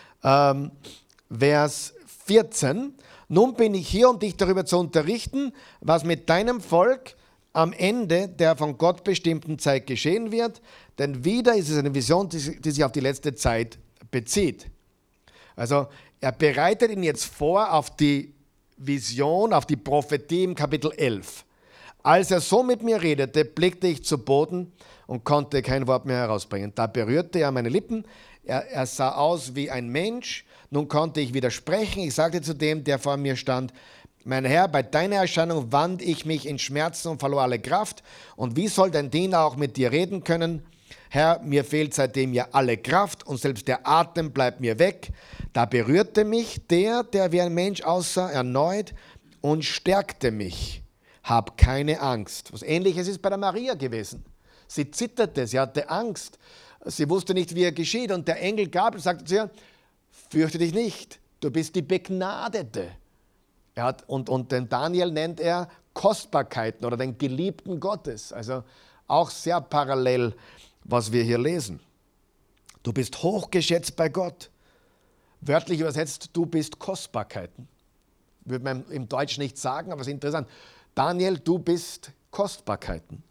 Vers 14. Nun bin ich hier, um dich darüber zu unterrichten, was mit deinem Volk am Ende der von Gott bestimmten Zeit geschehen wird, denn wieder ist es eine Vision, die sich auf die letzte Zeit bezieht. Also er bereitet ihn jetzt vor auf die Vision, auf die Prophetie im Kapitel 11. Als er so mit mir redete, blickte ich zu Boden und konnte kein Wort mehr herausbringen. Da berührte er meine Lippen, er sah aus wie ein Mensch, nun konnte ich wieder sprechen. Ich sagte zu dem, der vor mir stand, mein Herr, bei deiner Erscheinung wand ich mich in Schmerzen und verlor alle Kraft. Und wie soll dein Diener auch mit dir reden können? Herr, mir fehlt seitdem ja alle Kraft und selbst der Atem bleibt mir weg. Da berührte mich der wie ein Mensch aussah, erneut und stärkte mich. Hab keine Angst. Was Ähnliches ist bei der Maria gewesen. Sie zitterte, sie hatte Angst. Sie wusste nicht, wie er geschieht. Und der Engel Gabriel sagte zu ihr, fürchte dich nicht, du bist die Begnadete. Und den Daniel nennt er Kostbarkeiten oder den Geliebten Gottes. Also auch sehr parallel, was wir hier lesen. Du bist hochgeschätzt bei Gott. Wörtlich übersetzt, du bist Kostbarkeiten. Würde man im Deutsch nicht sagen, aber es ist interessant. Daniel, du bist Kostbarkeiten.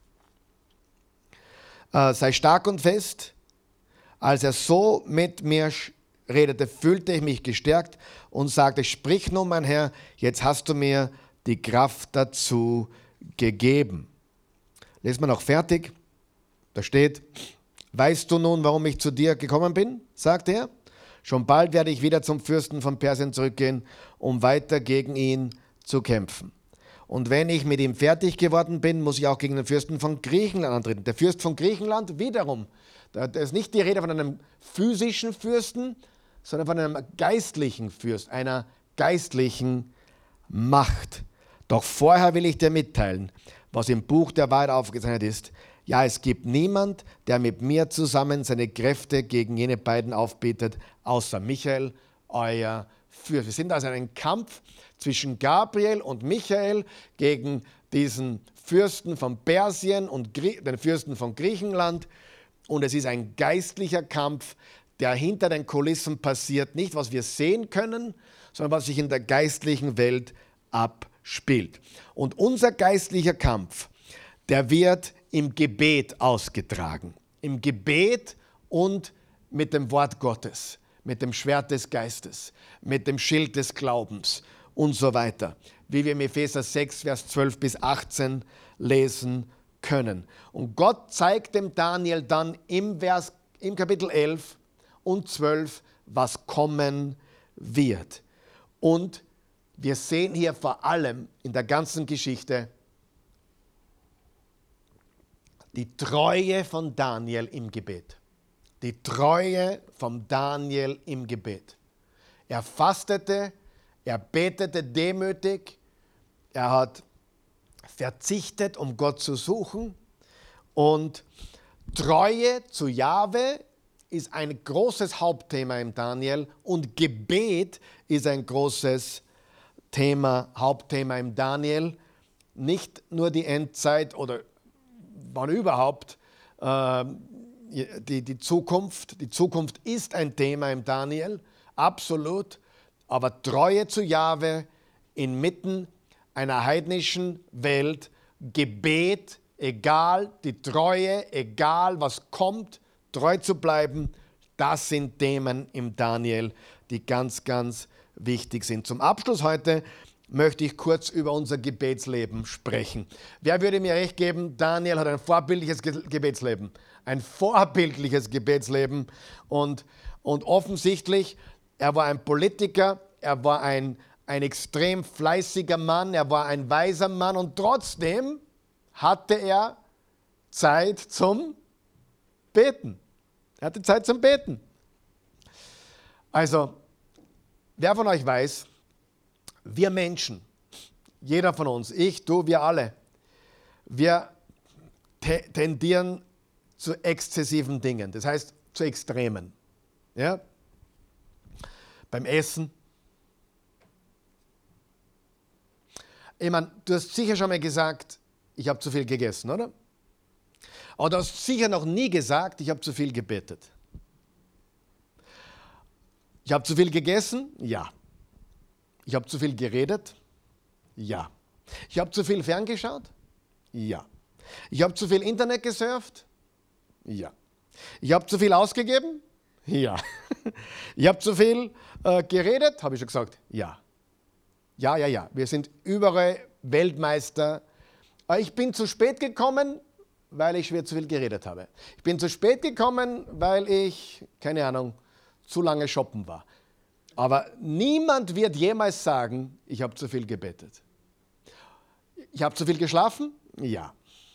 Sei stark und fest. Als er so mit mir redete, fühlte ich mich gestärkt und sagte, sprich nun, mein Herr, jetzt hast du mir die Kraft dazu gegeben. Lesen wir noch fertig. Da steht, weißt du nun, warum ich zu dir gekommen bin? Sagt er. Schon bald werde ich wieder zum Fürsten von Persien zurückgehen, um weiter gegen ihn zu kämpfen. Und wenn ich mit ihm fertig geworden bin, muss ich auch gegen den Fürsten von Griechenland antreten. Der Fürst von Griechenland wiederum, da ist nicht die Rede von einem physischen Fürsten, sondern von einem geistlichen Fürst, einer geistlichen Macht. Doch vorher will ich dir mitteilen, was im Buch der Wahrheit aufgezeichnet ist. Ja, es gibt niemand, der mit mir zusammen seine Kräfte gegen jene beiden aufbietet, außer Michael, euer Fürst. Wir sind also in einem Kampf zwischen Gabriel und Michael gegen diesen Fürsten von Persien und den Fürsten von Griechenland. Und es ist ein geistlicher Kampf, der hinter den Kulissen passiert. Nicht, was wir sehen können, sondern was sich in der geistlichen Welt abspielt. Und unser geistlicher Kampf, der wird im Gebet ausgetragen. Im Gebet und mit dem Wort Gottes, mit dem Schwert des Geistes, mit dem Schild des Glaubens und so weiter, wie wir im Epheser 6, Vers 12 bis 18 lesen können. Und Gott zeigt dem Daniel dann im Kapitel 11 und 12, was kommen wird. Und wir sehen hier vor allem in der ganzen Geschichte die Treue von Daniel im Gebet. Die Treue von Daniel im Gebet. Er fastete, er betete demütig, er hat verzichtet, um Gott zu suchen. Und Treue zu Jahwe ist ein großes Hauptthema im Daniel und Gebet ist ein großes Hauptthema im Daniel. Nicht nur die Endzeit oder wann überhaupt die Zukunft. Die Zukunft ist ein Thema im Daniel, absolut. Aber Treue zu Jahwe inmitten einer heidnischen Welt, Gebet, egal die Treue, egal was kommt, treu zu bleiben, das sind Themen im Daniel, die ganz, ganz wichtig sind. Zum Abschluss heute möchte ich kurz über unser Gebetsleben sprechen. Wer würde mir recht geben, Daniel hat ein vorbildliches Gebetsleben. Ein vorbildliches Gebetsleben. Und offensichtlich, er war ein Politiker, er war ein extrem fleißiger Mann, er war ein weiser Mann und trotzdem hatte er Zeit zum Beten. Er hatte Zeit zum Beten. Also, wer von euch weiß, wir Menschen, jeder von uns, ich, du, wir alle, wir tendieren zu exzessiven Dingen, das heißt zu Extremen. Ja? Beim Essen. Ich meine, du hast sicher schon mal gesagt, ich habe zu viel gegessen, oder? Aber du hast sicher noch nie gesagt, ich habe zu viel gebetet. Ich habe zu viel gegessen? Ja. Ich habe zu viel geredet? Ja. Ich habe zu viel ferngeschaut? Ja. Ich habe zu viel Internet gesurft? Ja. Ich habe zu viel ausgegeben? Ja. Ich habe zu viel geredet? Habe ich schon gesagt? Ja. Ja. Wir sind überall Weltmeister. Ich bin zu spät gekommen, weil ich schwer zu viel geredet habe. Ich bin zu spät gekommen, weil ich, keine Ahnung, zu lange shoppen war. Aber niemand wird jemals sagen, ich habe zu viel gebetet. Ich habe zu viel geschlafen? Ja.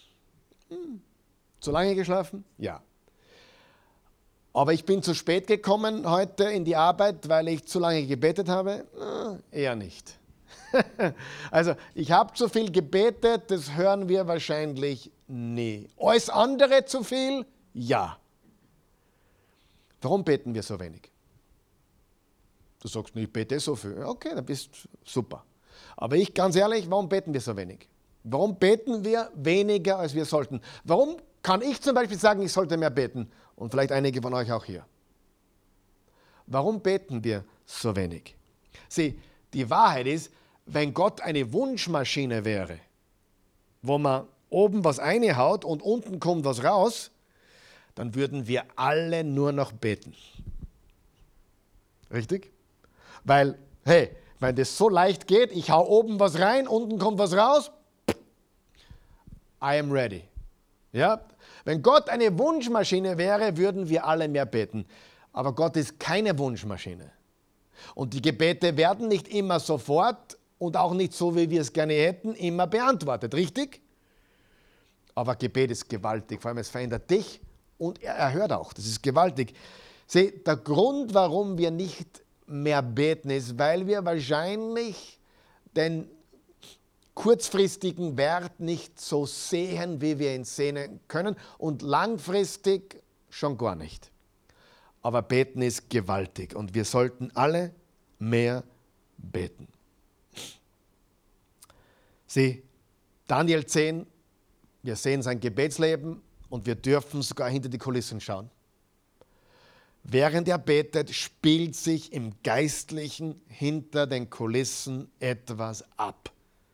Zu lange geschlafen? Ja. Aber ich bin zu spät gekommen heute in die Arbeit, weil ich zu lange gebetet habe? Eher nicht. Also, ich habe zu viel gebetet, das hören wir wahrscheinlich nie. Alles andere zu viel? Ja. Warum beten wir so wenig? Du sagst, ich bete so viel. Okay, dann bist du super. Aber ich, ganz ehrlich, warum beten wir so wenig? Warum beten wir weniger, als wir sollten? Warum kann ich zum Beispiel sagen, ich sollte mehr beten? Und vielleicht einige von euch auch hier. Warum beten wir so wenig? Sieh, die Wahrheit ist, wenn Gott eine Wunschmaschine wäre, wo man oben was reinhaut und unten kommt was raus, dann würden wir alle nur noch beten. Richtig? Weil, hey, wenn das so leicht geht, ich hau oben was rein, unten kommt was raus, I am ready. Ja? Wenn Gott eine Wunschmaschine wäre, würden wir alle mehr beten. Aber Gott ist keine Wunschmaschine. Und die Gebete werden nicht immer sofort und auch nicht so, wie wir es gerne hätten, immer beantwortet. Richtig? Aber Gebet ist gewaltig. Vor allem, es verändert dich und er hört auch. Das ist gewaltig. Sieh, der Grund, warum wir nicht mehr beten, ist, weil wir wahrscheinlich den kurzfristigen Wert nicht so sehen, wie wir ihn sehen können und langfristig schon gar nicht. Aber beten ist gewaltig und wir sollten alle mehr beten. Sieh, Daniel 10, wir sehen sein Gebetsleben und wir dürfen sogar hinter die Kulissen schauen. Während er betet, spielt sich im Geistlichen hinter den Kulissen etwas ab.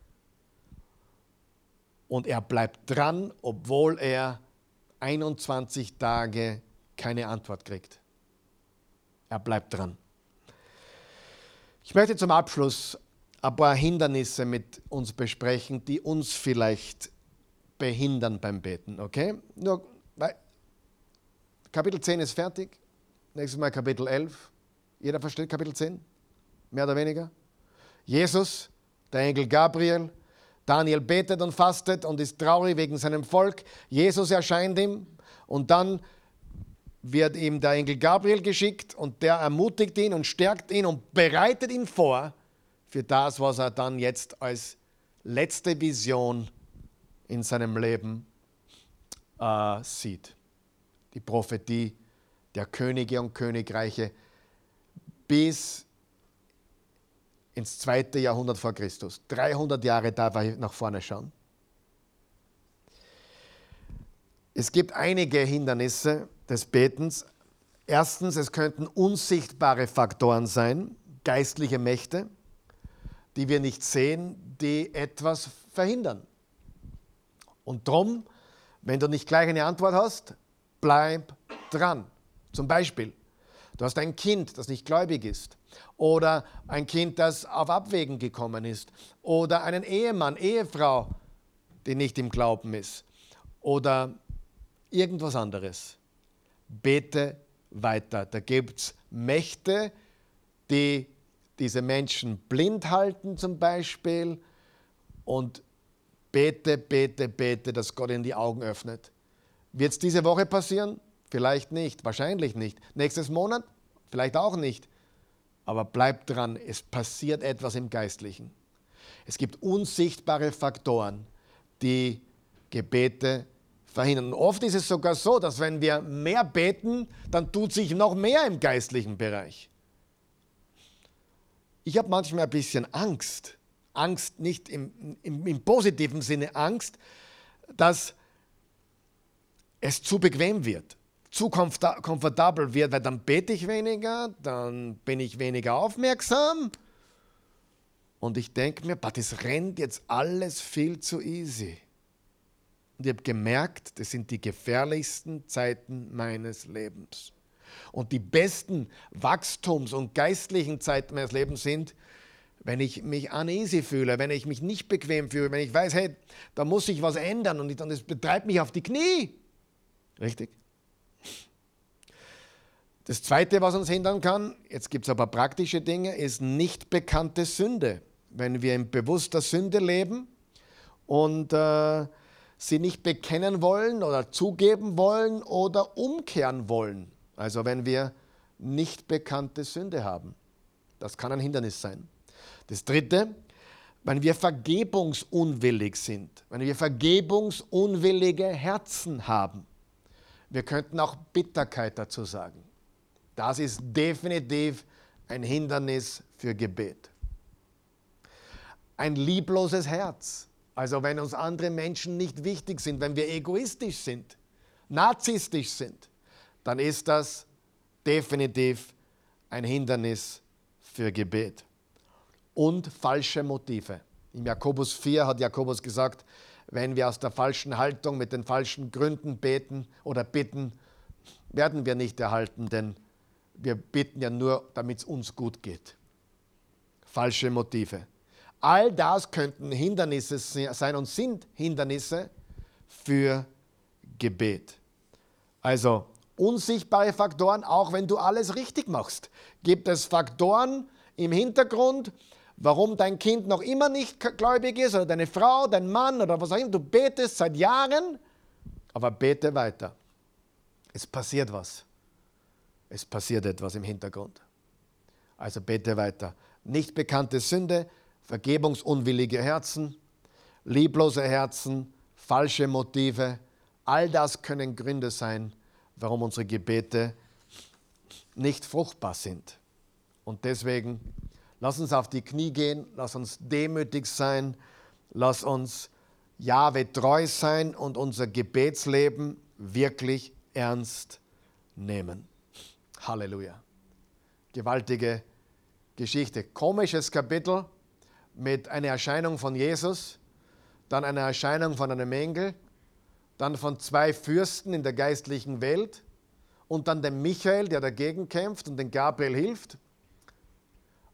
Und er bleibt dran, obwohl er 21 Tage keine Antwort kriegt. Er bleibt dran. Ich möchte zum Abschluss ein paar Hindernisse mit uns besprechen, die uns vielleicht behindern beim Beten, okay? Nur, Kapitel 10 ist fertig, nächstes Mal Kapitel 11. Jeder versteht Kapitel 10? Mehr oder weniger? Jesus, der Engel Gabriel, Daniel betet und fastet und ist traurig wegen seinem Volk. Jesus erscheint ihm und dann wird ihm der Engel Gabriel geschickt und der ermutigt ihn und stärkt ihn und bereitet ihn vor für das, was er dann jetzt als letzte Vision in seinem Leben sieht. Die Prophetie der Könige und Königreiche bis ins 2. Jahrhundert vor Christus. 300 Jahre darf er nach vorne schauen. Es gibt einige Hindernisse des Betens. Erstens, es könnten unsichtbare Faktoren sein, geistliche Mächte, die wir nicht sehen, die etwas verhindern. Und drum, wenn du nicht gleich eine Antwort hast, bleib dran. Zum Beispiel, du hast ein Kind, das nicht gläubig ist, oder ein Kind, das auf Abwägen gekommen ist, oder einen Ehemann, Ehefrau, die nicht im Glauben ist, oder irgendwas anderes. Bete weiter. Da gibt es Mächte, die diese Menschen blind halten zum Beispiel, und bete, bete, bete, dass Gott ihnen die Augen öffnet. Wird es diese Woche passieren? Vielleicht nicht, wahrscheinlich nicht. Nächstes Monat? Vielleicht auch nicht. Aber bleib dran, es passiert etwas im Geistlichen. Es gibt unsichtbare Faktoren, die Gebete verhindern. Und oft ist es sogar so, dass wenn wir mehr beten, dann tut sich noch mehr im geistlichen Bereich. Ich habe manchmal ein bisschen Angst. Angst nicht im positiven Sinne, Angst, dass es zu bequem wird, zu komfortabel wird, weil dann bete ich weniger, dann bin ich weniger aufmerksam und ich denke mir, das rennt jetzt alles viel zu easy. Und ich habe gemerkt, das sind die gefährlichsten Zeiten meines Lebens. Und die besten Wachstums- und geistlichen Zeiten meines Lebens sind, wenn ich mich uneasy fühle, wenn ich mich nicht bequem fühle, wenn ich weiß, hey, da muss sich was ändern und das betreibt mich auf die Knie. Richtig? Das Zweite, was uns hindern kann, jetzt gibt es aber praktische Dinge, ist nicht bekannte Sünde. Wenn wir in bewusster Sünde leben und sie nicht bekennen wollen oder zugeben wollen oder umkehren wollen. Also wenn wir nicht bekannte Sünde haben. Das kann ein Hindernis sein. Das Dritte, wenn wir vergebungsunwillig sind, wenn wir vergebungsunwillige Herzen haben. Wir könnten auch Bitterkeit dazu sagen. Das ist definitiv ein Hindernis für Gebet. Ein liebloses Herz. Also wenn uns andere Menschen nicht wichtig sind, wenn wir egoistisch sind, narzisstisch sind, dann ist das definitiv ein Hindernis für Gebet. Und falsche Motive. Im Jakobus 4 hat Jakobus gesagt, wenn wir aus der falschen Haltung mit den falschen Gründen beten oder bitten, werden wir nicht erhalten, denn wir bitten ja nur, damit es uns gut geht. Falsche Motive. All das könnten Hindernisse sein und sind Hindernisse für Gebet. Also unsichtbare Faktoren, auch wenn du alles richtig machst. Gibt es Faktoren im Hintergrund, warum dein Kind noch immer nicht gläubig ist oder deine Frau, dein Mann oder was auch immer. Du betest seit Jahren, aber bete weiter. Es passiert was. Es passiert etwas im Hintergrund. Also bete weiter. Nicht bekannte Sünde, vergebungsunwillige Herzen, lieblose Herzen, falsche Motive. All das können Gründe sein, warum unsere Gebete nicht fruchtbar sind. Und deswegen lass uns auf die Knie gehen, lass uns demütig sein, lass uns Jahwe treu sein und unser Gebetsleben wirklich ernst nehmen. Halleluja. Gewaltige Geschichte. Komisches Kapitel mit einer Erscheinung von Jesus, dann einer Erscheinung von einem Engel, dann von zwei Fürsten in der geistlichen Welt und dann dem Michael, der dagegen kämpft und den Gabriel hilft.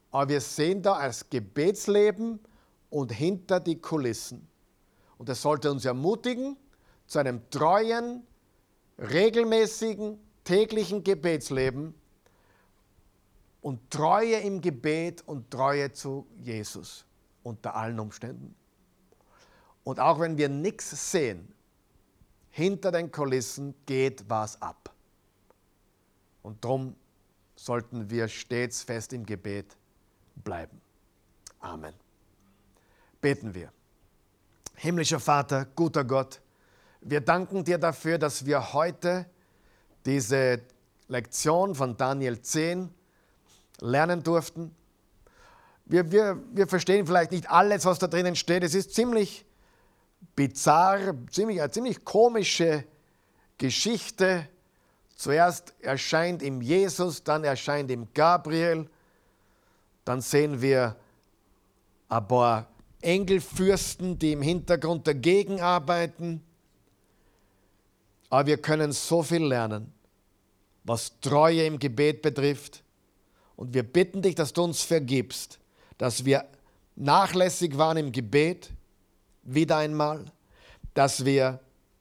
Aber wir sehen da das Gebetsleben und hinter die Kulissen. Und das sollte uns ermutigen zu einem treuen, regelmäßigen, täglichen Gebetsleben und Treue im Gebet und Treue zu Jesus unter allen Umständen. Und auch wenn wir nichts sehen, hinter den Kulissen geht was ab. Und darum sollten wir stets fest im Gebet bleiben. Amen. Beten wir. Himmlischer Vater, guter Gott, wir danken dir dafür, dass wir heute diese Lektion von Daniel 10 lernen durften. Wir verstehen vielleicht nicht alles, was da drinnen steht. Es ist ziemlich bizarr, eine ziemlich komische Geschichte. Zuerst erscheint ihm Jesus, dann erscheint ihm Gabriel, dann sehen wir ein paar Engelfürsten, die im Hintergrund dagegen arbeiten. Aber wir können so viel lernen, was Treue im Gebet betrifft. Und wir bitten dich, dass du uns vergibst, dass wir nachlässig waren im Gebet, wieder einmal, dass wir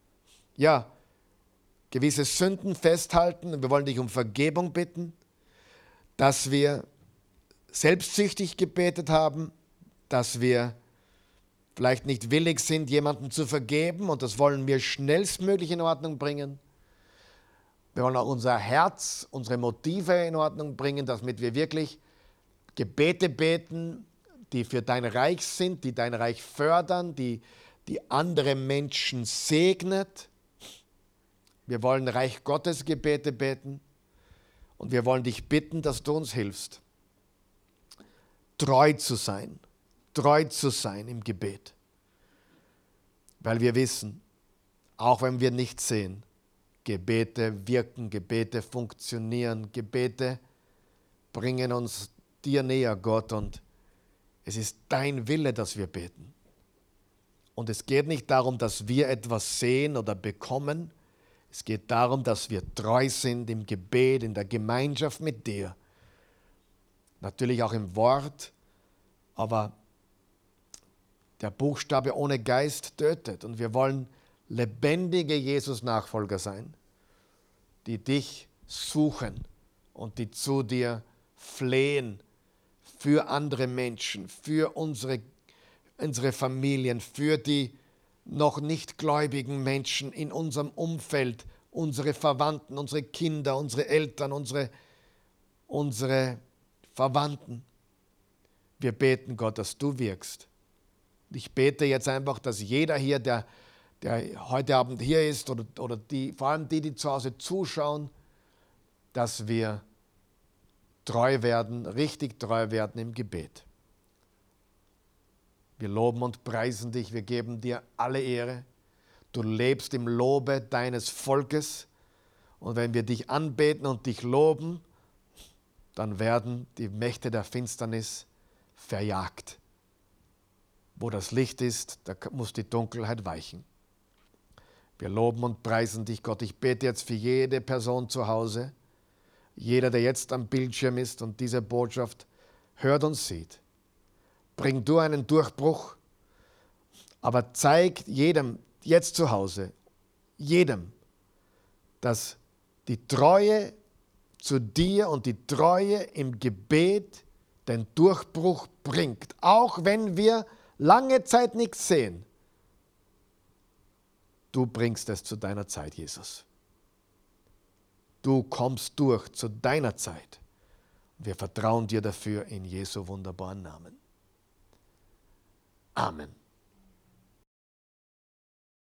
gewisse Sünden festhalten. Und wir wollen dich um Vergebung bitten, dass wir selbstsüchtig gebetet haben, dass wir vielleicht nicht willig sind, jemandem zu vergeben, und das wollen wir schnellstmöglich in Ordnung bringen. Wir wollen auch unser Herz, unsere Motive in Ordnung bringen, damit wir wirklich Gebete beten, die für dein Reich sind, die dein Reich fördern, die andere Menschen segnet. Wir wollen Reich Gottes Gebete beten und wir wollen dich bitten, dass du uns hilfst, treu zu sein im Gebet. Weil wir wissen, auch wenn wir nicht sehen, Gebete wirken, Gebete funktionieren, Gebete bringen uns dir näher, Gott, und es ist dein Wille, dass wir beten. Und es geht nicht darum, dass wir etwas sehen oder bekommen, es geht darum, dass wir treu sind im Gebet, in der Gemeinschaft mit dir. Natürlich auch im Wort, aber der Buchstabe ohne Geist tötet. Und wir wollen lebendige Jesus-Nachfolger sein, die dich suchen und die zu dir flehen für andere Menschen, für unsere Familien, für die noch nicht gläubigen Menschen in unserem Umfeld, unsere Verwandten, unsere Kinder, unsere Eltern, unsere Verwandten. Wir beten, Gott, dass du wirkst. Ich bete jetzt einfach, dass jeder hier, der heute Abend hier ist, oder vor allem die zu Hause zuschauen, dass wir treu werden, richtig treu werden im Gebet. Wir loben und preisen dich, wir geben dir alle Ehre. Du lebst im Lobe deines Volkes, und wenn wir dich anbeten und dich loben, dann werden die Mächte der Finsternis verjagt. Wo das Licht ist, da muss die Dunkelheit weichen. Wir loben und preisen dich, Gott. Ich bete jetzt für jede Person zu Hause, jeder, der jetzt am Bildschirm ist und diese Botschaft hört und sieht. Bring du einen Durchbruch, aber zeig jedem jetzt zu Hause, jedem, dass die Treue zu dir und die Treue im Gebet den Durchbruch bringt, auch wenn wir lange Zeit nichts sehen. Du bringst es zu deiner Zeit, Jesus. Du kommst durch zu deiner Zeit. Wir vertrauen dir dafür in Jesu wunderbaren Namen. Amen.